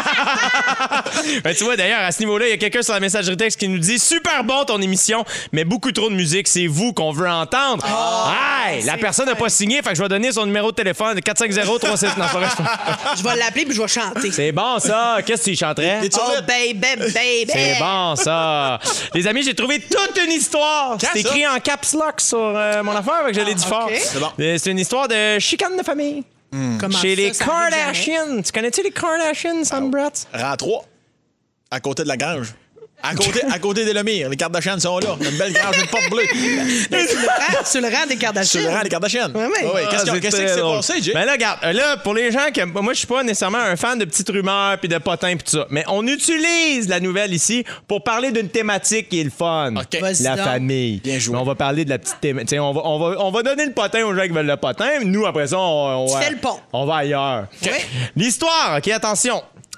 Ben, tu vois, d'ailleurs, à ce niveau-là, il y a quelqu'un sur la messagerie texte qui nous dit Super bon ton émission, mais beaucoup trop de musique, c'est vous qu'on veut entendre. Hey, la c'est personne n'a pas signé, fait que je vais donner son numéro de téléphone quatre cinq zéro trois sept. Non, c'est pas vrai. Je vais l'appeler puis je vais chanter. C'est bon, ça. Qu'est-ce que tu chanterais? Es-tu Oh, honnête? baby, baby. C'est bon, ça. Les amis, j'ai trouvé toute une histoire. Quand C'est ça? écrit en caps lock sur euh, mon affaire, fait que je l'ai dit fort. ok. C'est bon. Euh, C'est une histoire de chicane de famille. Comment Chez ça, les ça arrive jamais? Kardashians. Tu connais-tu les Kardashians, Sam Bratz? Rang trois, à côté de la grange. À côté, à côté des Lemire, les Kardashians sont là. Une belle grange, une porte bleue. Mais sur le rang, sur le rang des Kardashians. Sur le rang des Kardashians. Ouais, ouais. Ouais, Qu'est-ce Ah, qui- qu'est-ce c'est qui s'est drôle. passé, Jay? Ben là, regarde, là, pour les gens qui aiment pas- moi, je suis pas nécessairement un fan de petites rumeurs puis de potins puis tout ça, mais on utilise la nouvelle ici pour parler d'une thématique qui est le fun. OK. Vas-y La donc. famille. Bien joué. Mais on va parler de la petite thématique. On va, on, va, on va donner le potin aux gens qui veulent le potin. Nous, après ça, on, on Tu va, fais le pont. on va ailleurs. Ouais. L'histoire, OK, attention.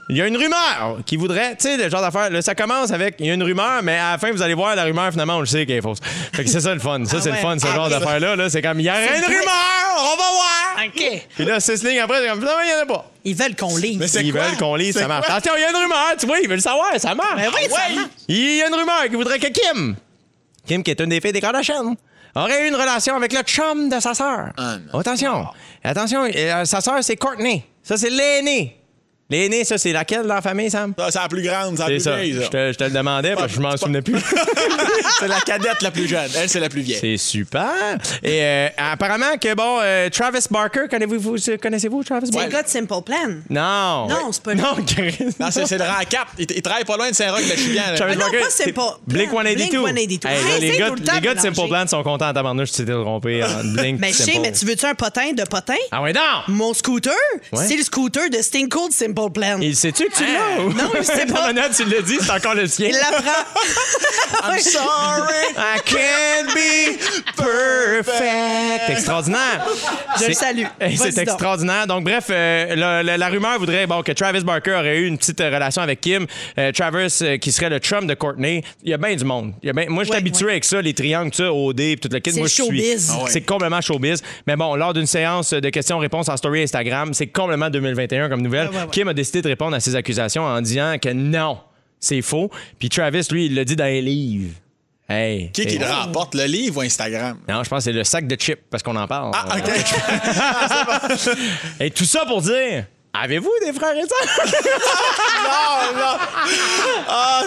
il y a une rumeur qui voudrait, tu sais, le genre d'affaire, là, ça commence avec, il y a une rumeur, mais à la fin, vous allez voir, la rumeur, finalement, on le sait qu'elle est fausse. Fait que c'est ça le fun. Ça, Ah c'est ouais. le fun, ce Ah, genre oui. d'affaire-là. Là, c'est comme, il y aurait une rumeur, on va voir! OK. Puis là, six lignes après, c'est comme, finalement, il n'y en a pas. Ils veulent qu'on lise. Mais c'est Ils quoi? veulent qu'on lise, C'est ça marche. quoi? Attention, il y a une rumeur, tu vois, ils veulent savoir, ça marche. Ben oui, ça marche. Il y a une rumeur qui voudrait que Kim, Kim, qui est une des filles des Kardashians, aurait eu une relation avec le chum de sa sœur. Ah, non. Attention, attention, euh, sa sœur, c'est Courtney. Ça, c'est l'aînée. L'aînée, ça, c'est laquelle dans la famille, Sam? Ça, c'est la plus grande, c'est la C'est plus ça. vieille, Je ça. te, je te le demandais parce que je m'en souvenais plus. C'est la cadette la plus jeune. Elle, c'est la plus vieille. C'est super. Et euh, apparemment que, bon, euh, Travis Barker, connaissez-vous, connaissez-vous Travis C'est Barker? le gars de Simple Plan. Non. Non, c'est pas lui. Non, Chris. Non, c'est, c'est le rang quatre. Il, il travaille pas loin de Saint-Roch de Chibien. Travis Ah non, Barker, pas Simple c'est Plan. Blink cent quatre-vingt-deux. Blink cent quatre-vingt-deux. Hey, là, Hey, les c'est gars, tout le temps les gars de Simple mélangé. Plan sont contents en tabarnouche, tu t'es trompé en Blink. Ben, je sais, Simple. mais tu veux-tu un potin de potin? Ah ouais, non! Mon scooter, Ouais. c'est le scooter de Sting Cold Simple Plan. Il sais-tu que tu l'as? ou- Non, je sais pas. Non, non, tu l'as dit, c'est encore le sien. Il l'apprend. I'm sorry. I can't be perfect. Extraordinaire. Je le C'est- salue. Hey, Vas-y C'est donc. extraordinaire. Donc, bref, euh, la, la- la rumeur voudrait bon, que Travis Barker aurait eu une petite euh, relation avec Kim. Euh, Travis, euh, qui serait le chum de Courtney. Il y a bien du monde. Il y a ben- moi, je suis Ouais, habitué ouais. avec ça, les triangles, tout ça, O D, puis tout le kit. C'est Moi, le je suis. showbiz. Ah ouais. C'est complètement showbiz. Mais bon, lors d'une séance de questions-réponses en story Instagram, c'est complètement deux mille vingt et un comme nouvelle. Ouais, ouais, ouais. Kim a décidé de répondre à ces accusations en disant que non, c'est faux. Puis Travis, lui, il l'a dit dans les livres. Hey. Qui qui hey. le remporte, le livre ou Instagram? Non, je pense que c'est le sac de chips parce qu'on en parle. Ah, OK. Et tout ça pour dire, avez-vous des frères et sœurs? non, non. Ah,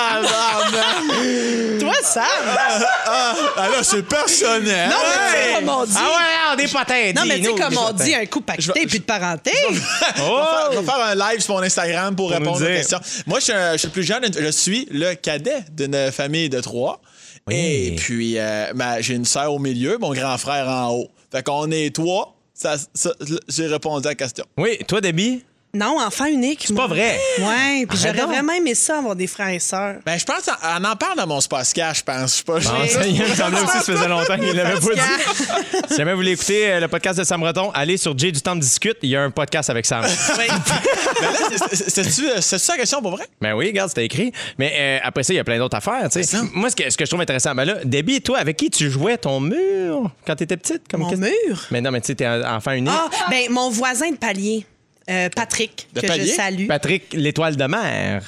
tabarnak. Toi, Sam. Ah, là, c'est personnel. Non, mais tu sais, Hey! comme on dit. Ah ouais, on des potins. Non, mais tu sais, dis-nous, comme des on potins. dit, un coup pacté puis de parenté. Je vais faire- Oh! je vais faire un live sur mon Instagram pour, Pour répondre nous aux dire. questions. Moi, je suis, un- je suis le plus jeune. Je suis le cadet d'une famille de trois. Oui. Et puis, euh, ben, j'ai une sœur au milieu, mon grand frère en haut. Fait qu'on est trois. Ça, ça- j'ai répondu à la question. Oui, toi, Debbie? Non, enfant unique. C'est pas vrai. Ouais, puis Arrête j'aurais donc. vraiment aimé ça, avoir des frères et sœurs. Ben, je pense qu'on en parle dans mon Spacecast, je pense. Je sais pas. Ah, j'ai- ça y est, il me semblait aussi que ça faisait longtemps qu'il l'avait pas dit. Si jamais vous voulez écouter euh, le podcast de Sam Breton, allez sur Jay du Temple Discute. Il y a un podcast avec Sam. Ouais. Ben là, c'est- c'est- c'est-tu c'est ça la question pour vrai? Ben oui, regarde, c'était écrit. Mais euh, après ça, il y a plein d'autres affaires. tu sais. C'est ça. Moi, ce que, ce que je trouve intéressant, ben là, Debbie, toi, avec qui tu jouais ton mur quand t'étais petite? Comme Mon qu'est-ce- mur? Mais non, mais tu sais, t'es un enfant unique. Ah, ben mon voisin de palier, euh, Patrick, De que palier? je salue. Patrick, l'étoile de mer.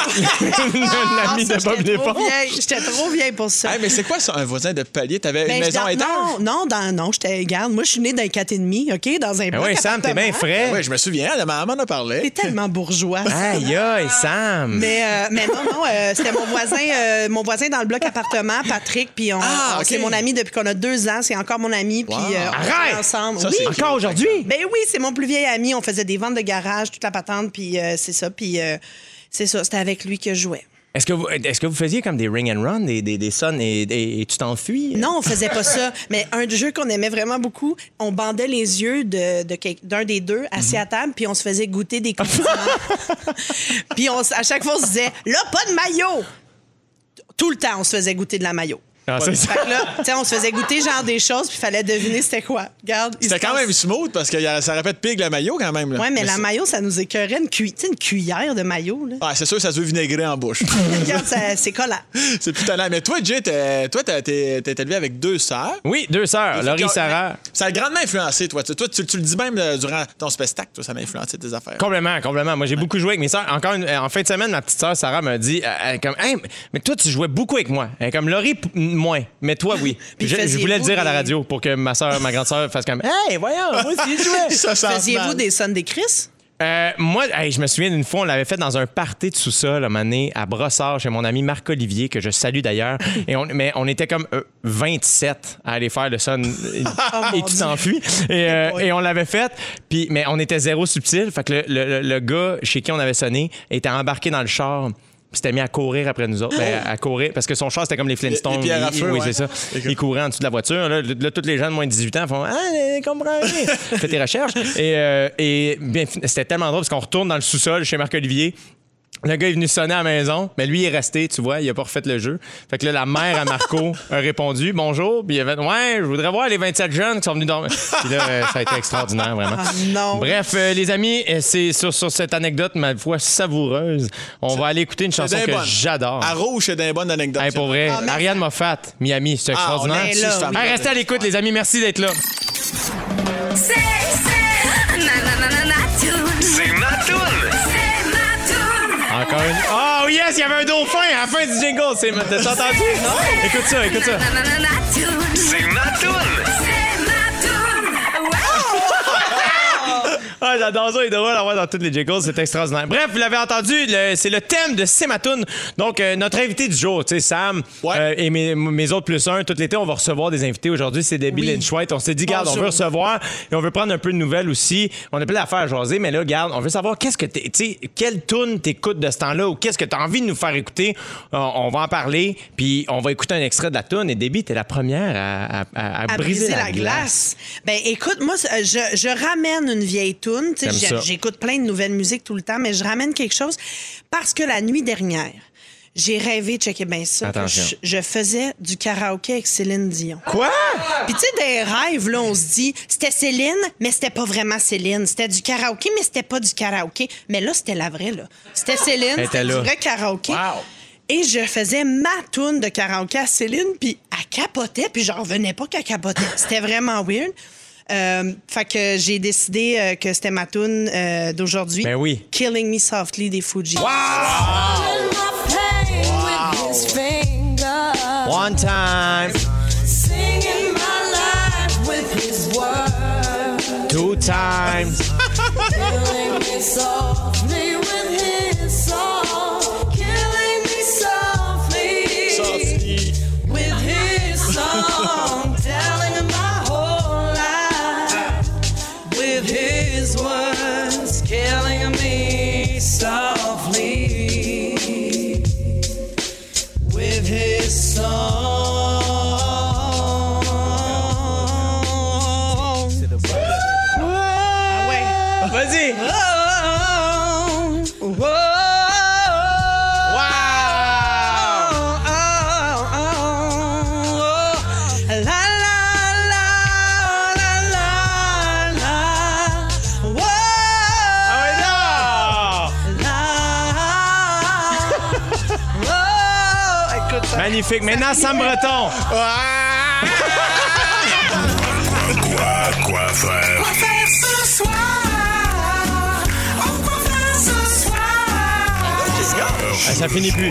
Ah, L'ami ça, de Bob j'étais trop Léponge. vieille. J'étais trop vieille pour ça. Hey, mais c'est quoi ça, un voisin de palier? T'avais Ben, une je maison à garde- étage? Non, non, dans, non, j'étais, regarde, moi, je suis née d'un quatre et demi, OK, dans un Ben bloc oui, Sam, t'es bien appartement. frais. Oui, je me souviens, la maman en a T'es parlé. tellement bourgeois. Aïe, aïe, Sam. Mais, euh, mais non, non, euh, c'était mon voisin, euh, mon voisin dans le bloc appartement, Patrick, puis on, Ah, on- OK. c'est mon ami depuis qu'on a deux ans, c'est encore mon ami, puis Wow. euh, on Arrête! est ensemble. Ça, oui. c'est Encore aujourd'hui? Ben oui, c'est mon plus vieil ami. On faisait des ventes de garage, toute la patente, puis euh, c'est ça, puis euh, c'est ça, c'était avec lui que je jouais. Est-ce que, vous, est-ce que vous faisiez comme des ring and run, des, des, des sons et, et- et tu t'enfuis? Non, on faisait pas ça. Mais un jeu qu'on aimait vraiment beaucoup, on bandait les yeux de, de quel- d'un des deux assis à table, puis on se faisait goûter des condiments. Puis on s- à chaque fois, on se disait, là, pas de maillot. Tout le temps, on se faisait goûter de la maillot. Ah, c'est ça. Fait que là, tu sais, on se faisait goûter genre des choses, puis il fallait deviner c'était quoi. Regarde. il C'était se quand passe- même smooth parce que y a- ça répète pig le maillot quand même. Là. Ouais, mais, la ça- maillot, ça nous écœurait une, cui- tu sais, une cuillère de maillot. Là. Ah, c'est sûr que ça se veut vinaigrer en bouche. Regarde, ça- c'est collant. C'est plus talent. Mais toi, Jay, t'es, toi, t'es, t'es, t'es élevé avec deux sœurs. Oui, deux sœurs, Laurie et Sarah. Ça a grandement influencé, toi. Tu- Toi, tu, tu le dis même euh, durant ton spectacle, toi, ça a influencé tes affaires. Complètement, complètement. Moi, j'ai beaucoup joué avec mes sœurs. Encore une- en fin de semaine, ma petite sœur Sarah m'a dit, euh, elle est comme, hey, mais toi, tu jouais beaucoup avec moi. Elle est comme Laurie, p- moins, mais toi, oui. Puis je, je faisiez-vous voulais le dire à la des- radio pour que ma sœur, ma grande sœur fasse comme, hey, voyons, moi aussi, je jouais. Ça sent Faisiez-vous mal. des sons des Chris? Euh, moi, hey, je me souviens d'une fois, on l'avait fait dans un party de sous-sol, à année, à Brossard, chez mon ami Marc-Olivier, que je salue d'ailleurs. Et on, mais on était comme euh, vingt-sept à aller faire le son et, et tu t'enfuis. Et, euh, et on l'avait fait, puis, mais on était zéro subtil. Fait que le, le- le gars chez qui on avait sonné était embarqué dans le char. Puis s'était mis à courir après nous autres. Ben, à courir, parce que son char, c'était comme les Flintstones. Les- les pierres à Il- feu, oui, ouais. c'est ça. Il courait en dessous de la voiture. Là, là, tous les gens de moins de dix-huit ans font « Ah, je comprends rien. » Fais tes recherches. Et, euh, et bien, c'était tellement drôle parce qu'on retourne dans le sous-sol chez Marc-Olivier. Le gars est venu sonner à la maison, mais lui, il est resté, tu vois, il a pas refait le jeu. Fait que là, la mère à Marco a répondu « Bonjour », puis il a fait « Ouais, je voudrais voir les vingt-sept jeunes qui sont venus dormir. » Puis là, euh, ça a été extraordinaire, vraiment. Ah non. Bref, euh, les amis, euh, c'est sur, sur cette anecdote, ma foi, savoureuse, on va aller écouter une chanson C'est que bien bonne. j'adore. À Rouge, c'est d'une bonne anecdote. Hey, pour vrai, Ah, mais- Ariane Moffat, Miami, c'est extraordinaire. on est là, cette femme. Hey, restez à l'écoute, les amis, merci d'être là. C'est, c'est, na na na na na toune. C'est ma toune. C'est ma toune. Encore une. Oh yes, il y avait un dauphin à la fin du jingle. C'est... T'as entendu? Non? Écoute ça, écoute ça. Na na na na toune. C'est ma toune. C'est ma toune. Ouais. Ah, j'adore ça, il est drôle à voir dans toutes les jingles, c'est extraordinaire. Bref, vous l'avez entendu, le- c'est le thème de C'est ma toune. Donc, euh, notre invité du jour, tu sais, Sam Ouais. euh, et mes, mes autres plus un, tout l'été, on va recevoir des invités. Aujourd'hui, c'est Debbie Oui. Lynch-White. On s'est dit, garde, on Bonjour. veut recevoir et on veut prendre un peu de nouvelles aussi. On a plein d'affaires à jaser, mais là, garde, on veut savoir qu'est-ce que t'es, tu sais, quelle toune t'écoutes de ce temps-là ou qu'est-ce que t'as envie de nous faire écouter. Euh, on va en parler, puis on va écouter un extrait de la toune. Et Debbie, t'es la première à, à- à- à À briser, la, glace. Ben écoute, moi, c'est- je, je ramène une vieille toune. Tu sais, J'aime j'ai- ça. J'écoute plein de nouvelles musiques tout le temps, mais je ramène quelque chose parce que la nuit dernière, j'ai rêvé, checker bien ça, que Attention. je, je faisais du karaoké avec Céline Dion. Quoi? Puis tu sais, des rêves, là, on se dit, c'était Céline, mais c'était pas vraiment Céline. C'était du karaoké, mais c'était pas du karaoké. Mais là, c'était la vraie, là. C'était Céline, Elle c'était était du là. vrai karaoké. Wow. Et je faisais ma toune de karaoké à Céline, puis elle capotait, puis j'en revenais pas qu'elle capotait. C'était vraiment weird. Euh, fait que j'ai décidé euh, que c'était ma toune euh, d'aujourd'hui. Ben oui. Killing Me Softly des Fugees. One time. Two times. Softly. Ah ouais. Vas-y. Oh, oh, oh, Wow! oh, oh, oh. La, la, la, la, la, la. Wow. Ah ouais, non! La. Oh. Écoute ça. Magnifique. Maintenant, Sam Breton. Quoi, quoi faire? Ah, ça finit plus.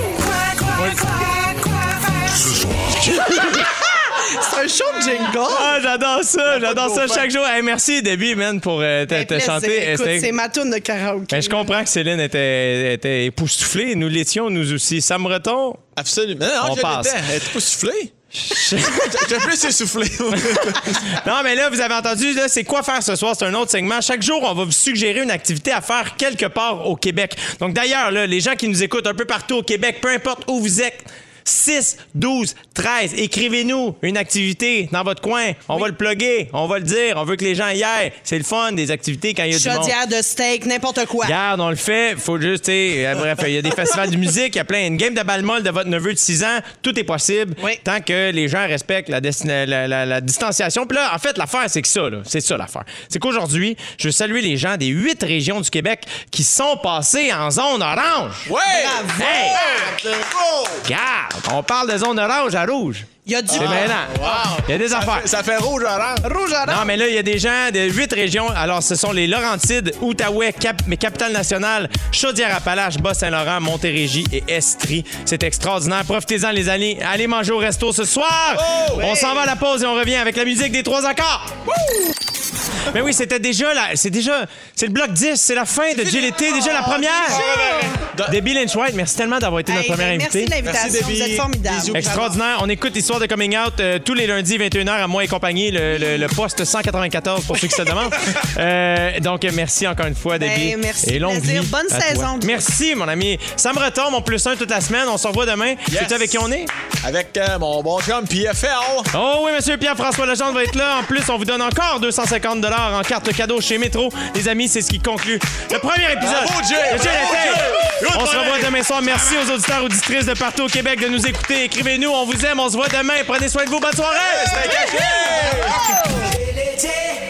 C'est un show de jingle. Ah, j'adore ça. J'adore ça chaque jour. Hey, merci, Debbie, man, pour euh, te, Ben, te plaisir. chanter. Écoute, C'était- c'est ma toune de karaoké. Mais je comprends que Céline était, était époustouflée. Nous l'étions, nous aussi. Sam Breton. Absolument. Non, On je passe. l'étais. Elle était pas soufflée. J'étais plus essoufflé. Non, mais là, vous avez entendu, là, c'est quoi faire ce soir? C'est un autre segment. Chaque jour, on va vous suggérer une activité à faire quelque part au Québec. Donc, d'ailleurs, là, les gens qui nous écoutent un peu partout au Québec, peu importe où vous êtes, six, douze, treize, écrivez-nous une activité dans votre coin. On va le plugger, on va le dire. On veut que les gens y aillent. C'est le fun, des activités quand il y a du monde. Chaudière de steak, n'importe quoi. Regarde, on le fait. Faut juste, tu sais, euh, bref, il y a des festivals de musique, il y a plein. Une game de balle molle de votre neveu de six ans, tout est possible Oui. tant que les gens respectent la, destina- la, la- la distanciation. Puis là, en fait, l'affaire, c'est que ça, là, c'est ça l'affaire. C'est qu'aujourd'hui, je veux saluer les gens des huit régions du Québec qui sont passés en zone orange. Ouais! Hey! Bravo! Regarde, on parle de zone orange à rouge. Il y a du C'est mêlant. Il y a des affaires. Ça fait rouge orange. rouge orange. Non, mais là, il y a des gens de huit régions. Alors, ce sont les Laurentides, Outaouais, Cap mais Capitale-Nationale, Chaudière-Appalaches, Bas-Saint-Laurent, Montérégie et Estrie. C'est extraordinaire. Profitez-en, les amis. Allez manger au resto ce soir. Oh, on oui. s'en va à la pause et on revient avec la musique des trois accords. Mais oui, c'était déjà la, c'est déjà, c'est le bloc dix, c'est la fin de J L T, déjà la première. Debbie Lynch-White, merci tellement d'avoir été notre Hey, première ben, merci invitée. de l'invitation. Merci, Vous Debbie. êtes formidables. Bisous. Extraordinaire. On écoute Histoire de Coming Out euh, tous les lundis, vingt et une heures à moi et compagnie, le, le, le poste cent quatre-vingt-quatorze pour ceux qui se demandent. Euh, donc, merci encore une fois, Debbie. Ben, merci, Et longue plaisir. vie Bonne à toi. saison. Merci, mon ami. Sam Breton, mon plus un toute la semaine. On se revoit demain. Yes. Sais-tu avec qui on est? Avec euh, mon bon chum P F L. Oh oui, monsieur Pierre-François Legendre va être là. En plus, on vous donne encore deux cent cinquante en carte cadeau chez Métro. Les amis, c'est ce qui conclut le premier épisode. Bravo, Jay! de Jay Bravo, l'été. Jay! On se revoit demain soir. Merci aux auditeurs et auditrices de partout au Québec de nous écouter. Écrivez-nous, on vous aime, on se voit demain. Prenez soin de vous. Bonne soirée! C'était caché! L'été.